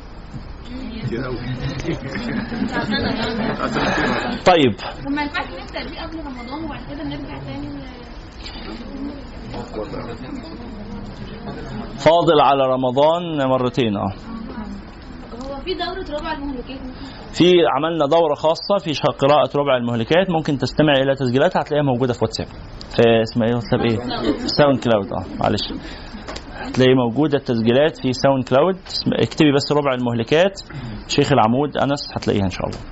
طيب وما ينفعش نبدأ دي قبل رمضان وبعد كده نرجع تاني فاضل على رمضان مرتين. هو في دورة ربع المهلكات، في عملنا دورة خاصة في قراءة ربع المهلكات، ممكن تستمع إلى تسجيلاتها، هتلاقيها موجودة في واتساب، في اسمها ايه واتساب ايه؟ ساوند كلاود. معلش هتلاقي موجودة التسجيلات في ساوند كلاود، اكتبي بس ربع المهلكات شيخ العمود أنس هتلاقيها إن شاء الله.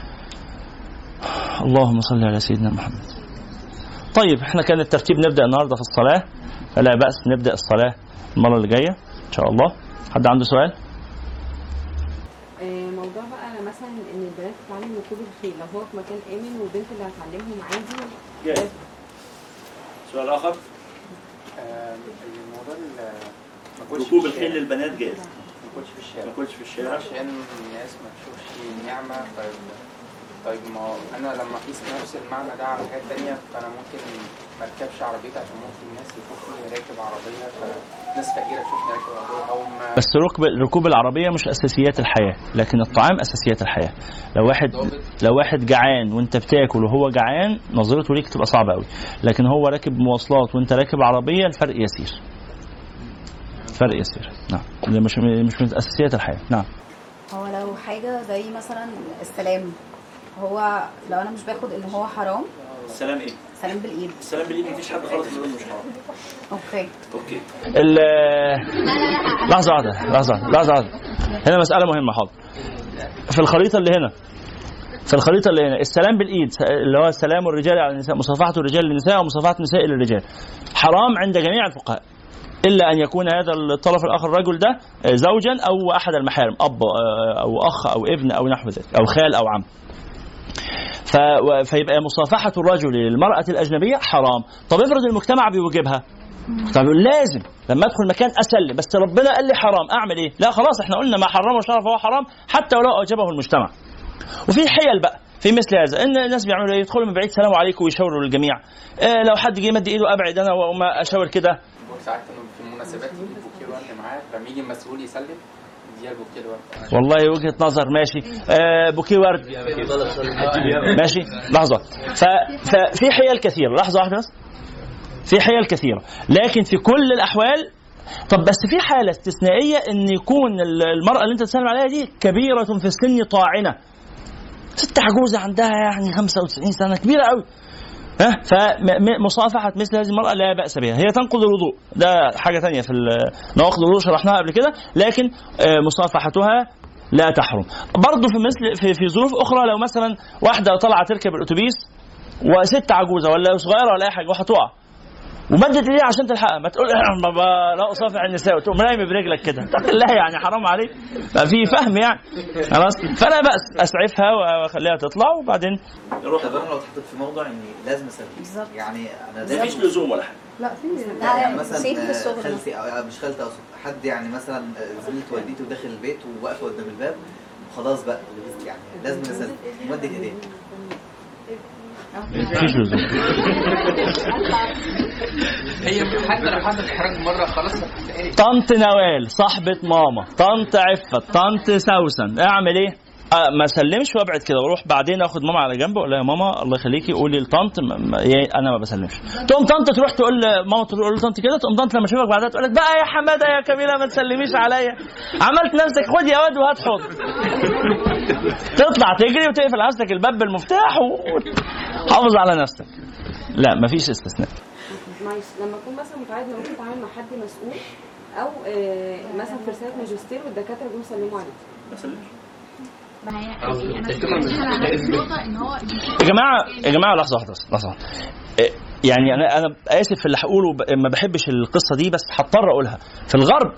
اللهم صل على سيدنا محمد. طيب احنا كان الترتيب نبدأ النهاردة في الصلاة، فلا بأس نبدأ الصلاة المرة اللي جاية إن شاء الله. حد عنده سؤال؟ موضوع بقى مثلا ان البنات تتعلم ركوب الخيل لو هو في مكان آمن والبنت اللي هتعلمهم عادي. جاهز. سؤال آخر؟ الموضوع ركوب الخيل للبنات جاهز. ما كنتش في الشارع عشان الناس ما تشوفش النعمة. طيب ما انا لما اقيس نفس المعنى ده على حاجات تانية، فانا ممكن ما اركبش عربيتي عشان ممكن الناس يشوفوني راكب عربية، فناس فقيرة تشوفني راكب عربية او ما. بس ركوب العربية مش اساسيات الحياة، لكن الطعام اساسيات الحياة. لو واحد جعان وانت بتاكل وهو جعان نظرته ليك تبقى صعبة قوي، لكن هو راكب مواصلات وانت راكب عربية الفرق يسير. نعم، مش من اساسيات الحياة. نعم. هو لو حاجة زي مثلا السلام، هو لو انا مش باخد ان هو حرام. السلام ايه؟ سلام بالايد. السلام بالايد مفيش حد خالص يقول مش حرام. اوكي. لحظة واحدة. هنا مسألة مهمة. حاضر. في الخريطة اللي هنا السلام بالايد اللي هو السلام الرجال على النساء، مصافحة الرجال للنساء ومصافحة النساء للرجال، حرام عند جميع الفقهاء، إلا أن يكون هذا الطرف الآخر الرجل ده زوجا أو أحد المحارم، أب أو أخ أو ابن أو نحو ذلك، أو خال أو عم. فيبقى مصافحة الرجل للمرأة الأجنبية حرام. طب افرض المجتمع بيوجبها، طب لازم لما أدخل مكان أسلم، بس ربنا قال لي حرام، أعمل إيه؟ لا خلاص احنا قلنا ما حرمه الشرع فهو حرام حتى ولو أوجبه المجتمع. وفي حيل بقى في مثل هذا، ان الناس بيعملوا ايه؟ يدخلوا من بعيد سلام عليكم ويشاوروا للجميع. لو حد جه مد ايده ابعد انا وما اشاور كده. ساعات في المناسبات يجيب بوكيه ورد معاه، لما يجي المسؤول يسلم يديها البوكيه الورد. والله وجهة نظر ماشي. بوكيه ورد ماشي. لحظة. ففي حيل كثيرة، لحظة واحدة بس. في حيل كثيرة، لكن في كل الأحوال. طب بس في حالة استثنائية ان يكون المرأة اللي انت تسلم عليها دي كبيرة في السن طاعنة، ست عجوزة عندها يعني 95 سنة، كبيرة قوي، فمصافحة مثل هذه المرأة لا بأس بها. هي تنقض الوضوء، ده حاجة تانية في نواقض الوضوء شرحناها قبل كده، لكن مصافحتها لا تحرم. برضو في مثل في ظروف أخرى، لو مثلا واحدة طالعة تركب الأتوبيس وست عجوزة ولا صغيرة ولا أي حاجة وهتقع ومدت ايديها عشان تلحقها، ما تقول لا اصافح النساء وتقوم رايم برجلك كده، لا يعني حرام عليك، ففي فهم يعني خلاص. فانا بس اسعفها واخليها تطلع وبعدين نروح. طب انا لو اتحطيت في موضوع اني لازم اسلم، يعني انا ده مفيش لزوم ولا حاجه. لا في يعني مثلا خالتي او مش خالتي، اقصد حد يعني مثلا زميلة والدتي وداخل البيت وواقفه قدام الباب وخلاص بقى يعني لازم اسلم مدت ايديها. مفيش لزوم. هي حتى لو حصل احراج مره خلاص. طنط نوال صاحبة ماما، طنط عفت، طنط سوسن، اعمل ايه؟ ما سلمش وابعد كده واروح بعدين اخد ماما على جنب واقول لها يا ماما الله يخليكي قولي لطنط انا ما بسلمش. تقوم طنط تروح تقول ماما تقول لطنط كده، تقوم طنط لما تشوفك بعدها تقول لك بقى يا حماده يا كبيره ما تسلميش عليا، عملت نفسك خد يا واد وهات حضن. تطلع تجري وتقفل نفسك الباب بالمفتاح وحافظ على نفسك. لا مفيش استثناء. لما اكون مثلا متعود ممكن اتعامل مع حد مسؤول او مثلا في رساله ماجستير والدكاتره جم سلموا عليك يا جماعه لحظه واحده يعني انا اسف في اللي هقوله، ما بحبش القصه دي بس هضطر اقولها. في الغرب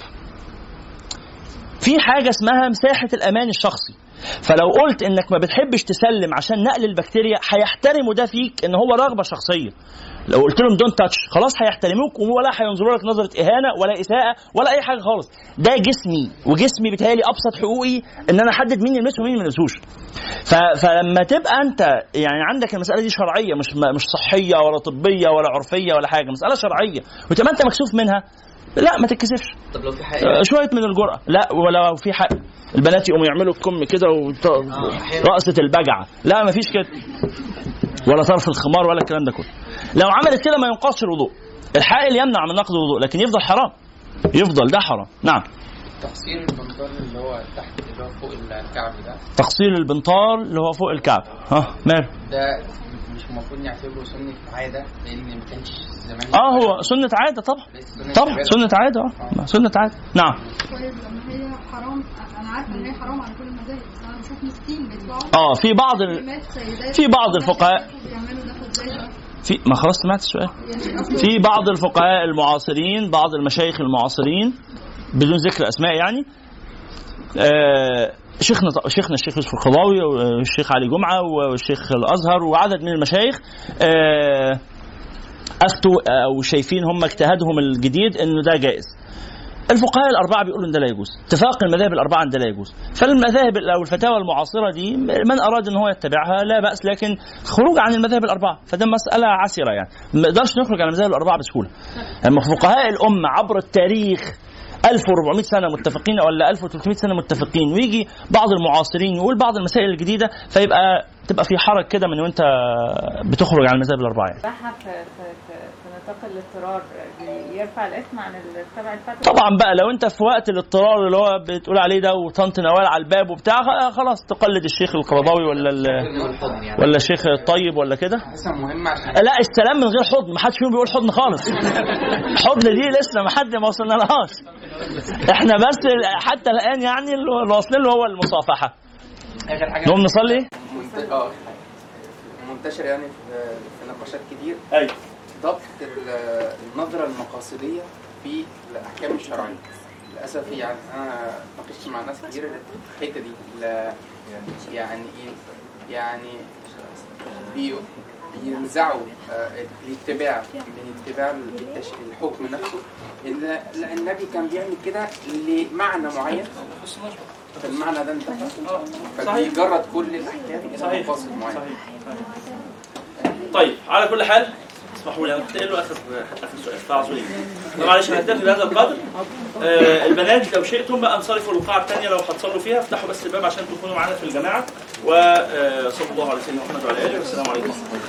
في حاجه اسمها مساحه الامان الشخصي، فلو قلت انك ما بتحبش تسلم عشان نقل البكتيريا هيحترموا ده فيك ان هو رغبه شخصيه. لو قلت لهم دون تاتش خلاص هيحترموك ولا هينظروا لك نظره اهانه ولا اساءه ولا اي حاجه خالص. ده جسمي وجسمي بيتهيألي ابسط حقوقي ان انا احدد مين يلمسه ومين ما يلمسوش. فلما تبقى انت يعني عندك المساله دي شرعيه مش صحيه ولا طبيه ولا عرفيه ولا حاجه، مساله شرعيه وتبقى انت مكسوف منها، لا ما تتكسفش. طب لو في حق شويه من الجرأه، لا ولو في حق البنات يقوموا يعملوا الكم كده ورقصه البجعه، لا ما فيش كده ولا طرف الخمار ولا الكلام ده كله. لو عملت كده ما ينقضش الوضوء. الحائل يمنع من نقض الوضوء لكن يفضل حرام، يفضل ده حرام. نعم. تقصير البنطال اللي هو تحت اللي هو فوق الكعب ده، تقصير البنطال اللي هو فوق الكعب ماله ده مش المفروض نعتبره سنة عادة لأن ما كانش زمان هو سنة عادة طبعا سنة عادة سنة عادة. نعم. طيب لما هي حرام، أنا عارفة إن هي حرام على كل المذاهب بس أنا بشوف مسكين بيطلعوا في بعض الفقهاء ما خلاص سمعت السؤال. في بعض الفقهاء المعاصرين، بعض المشايخ المعاصرين بدون ذكر أسماء يعني، شيخنا الشيخ يوسف القضاوي والشيخ علي جمعة والشيخ الأزهر وعدد من المشايخ أفتوا أو شايفين هم اجتهادهم الجديد إنه ده جائز. الفقهاء الأربعة بيقولوا إن ده لا يجوز، اتفاق المذاهب الأربعة إن ده لا يجوز. فالمذاهب أو الفتاوى المعاصرة دي من أراد إن هو يتبعها لا بأس، لكن خروج عن المذاهب الأربعة فده مسألة عسرة يعني، ما نقدرش نخرج عن المذاهب الأربعة بسهولة. أما فقهاء الأمة عبر التاريخ 1400 سنة متفقين ولا 1300 سنة متفقين، ويجي بعض المعاصرين يقول بعض المسائل الجديدة فيبقى تبقى في حرج كده من وانت بتخرج عن المذاهب الأربعة يعني. في نطاق الاضطرار يرفع الاسم عن تبع الفتوى طبعا بقى لو انت في وقت الاضطرار اللي هو بتقول عليه ده وطنط نوال على الباب وبتاع خلاص تقلد الشيخ القرضاوي ولا الشيخ الطيب ولا كده. لا السلام من غير حضن، ما حدش فيهم بيقول حضن خالص. حضن دي لسه ما حد ما وصلنا لهاش احنا، بس حتى الان يعني اللي واصلين له هو المصافحه. نقوم نصلي. منتشر يعني في نقاشات كتير ضبط النظرة المقاصدية في الأحكام الشرعية. للأسف يعني أنا ناقشت مع ناس كتير الحتة دي، يعني يعني بينزعوا الاتباع من اتباع الحكم نفسه. النبي كان بيعمل كده لمعنى معين المعنى ده انتهى. صحيح. فبيجرد كل الاحكام الى صحيح. منفصل معين. طيب على كل حال اسمحوا لي انا كنت قايل له اخر سؤال فاعذروني. معلش هنكتفي بهذا القدر. البنات لو شئتم بقى انصرفوا للقاعه الثانيه لو هتصلوا فيها، افتحوا بس الباب عشان تكونوا معانا في الجماعه. وصلى الله على سيدنا محمد وعلى اله، والسلام عليكم ورحمه الله.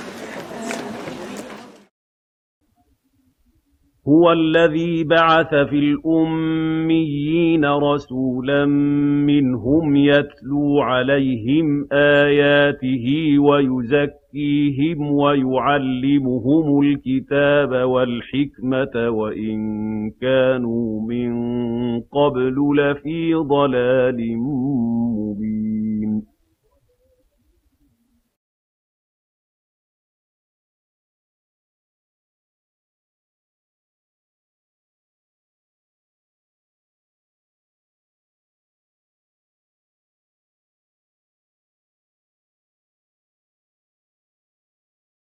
هو الذي بعث في الأميين رسولا منهم يتلو عليهم آياته ويزكيهم ويعلمهم الكتاب والحكمة وإن كانوا من قبل لفي ضلال مبين.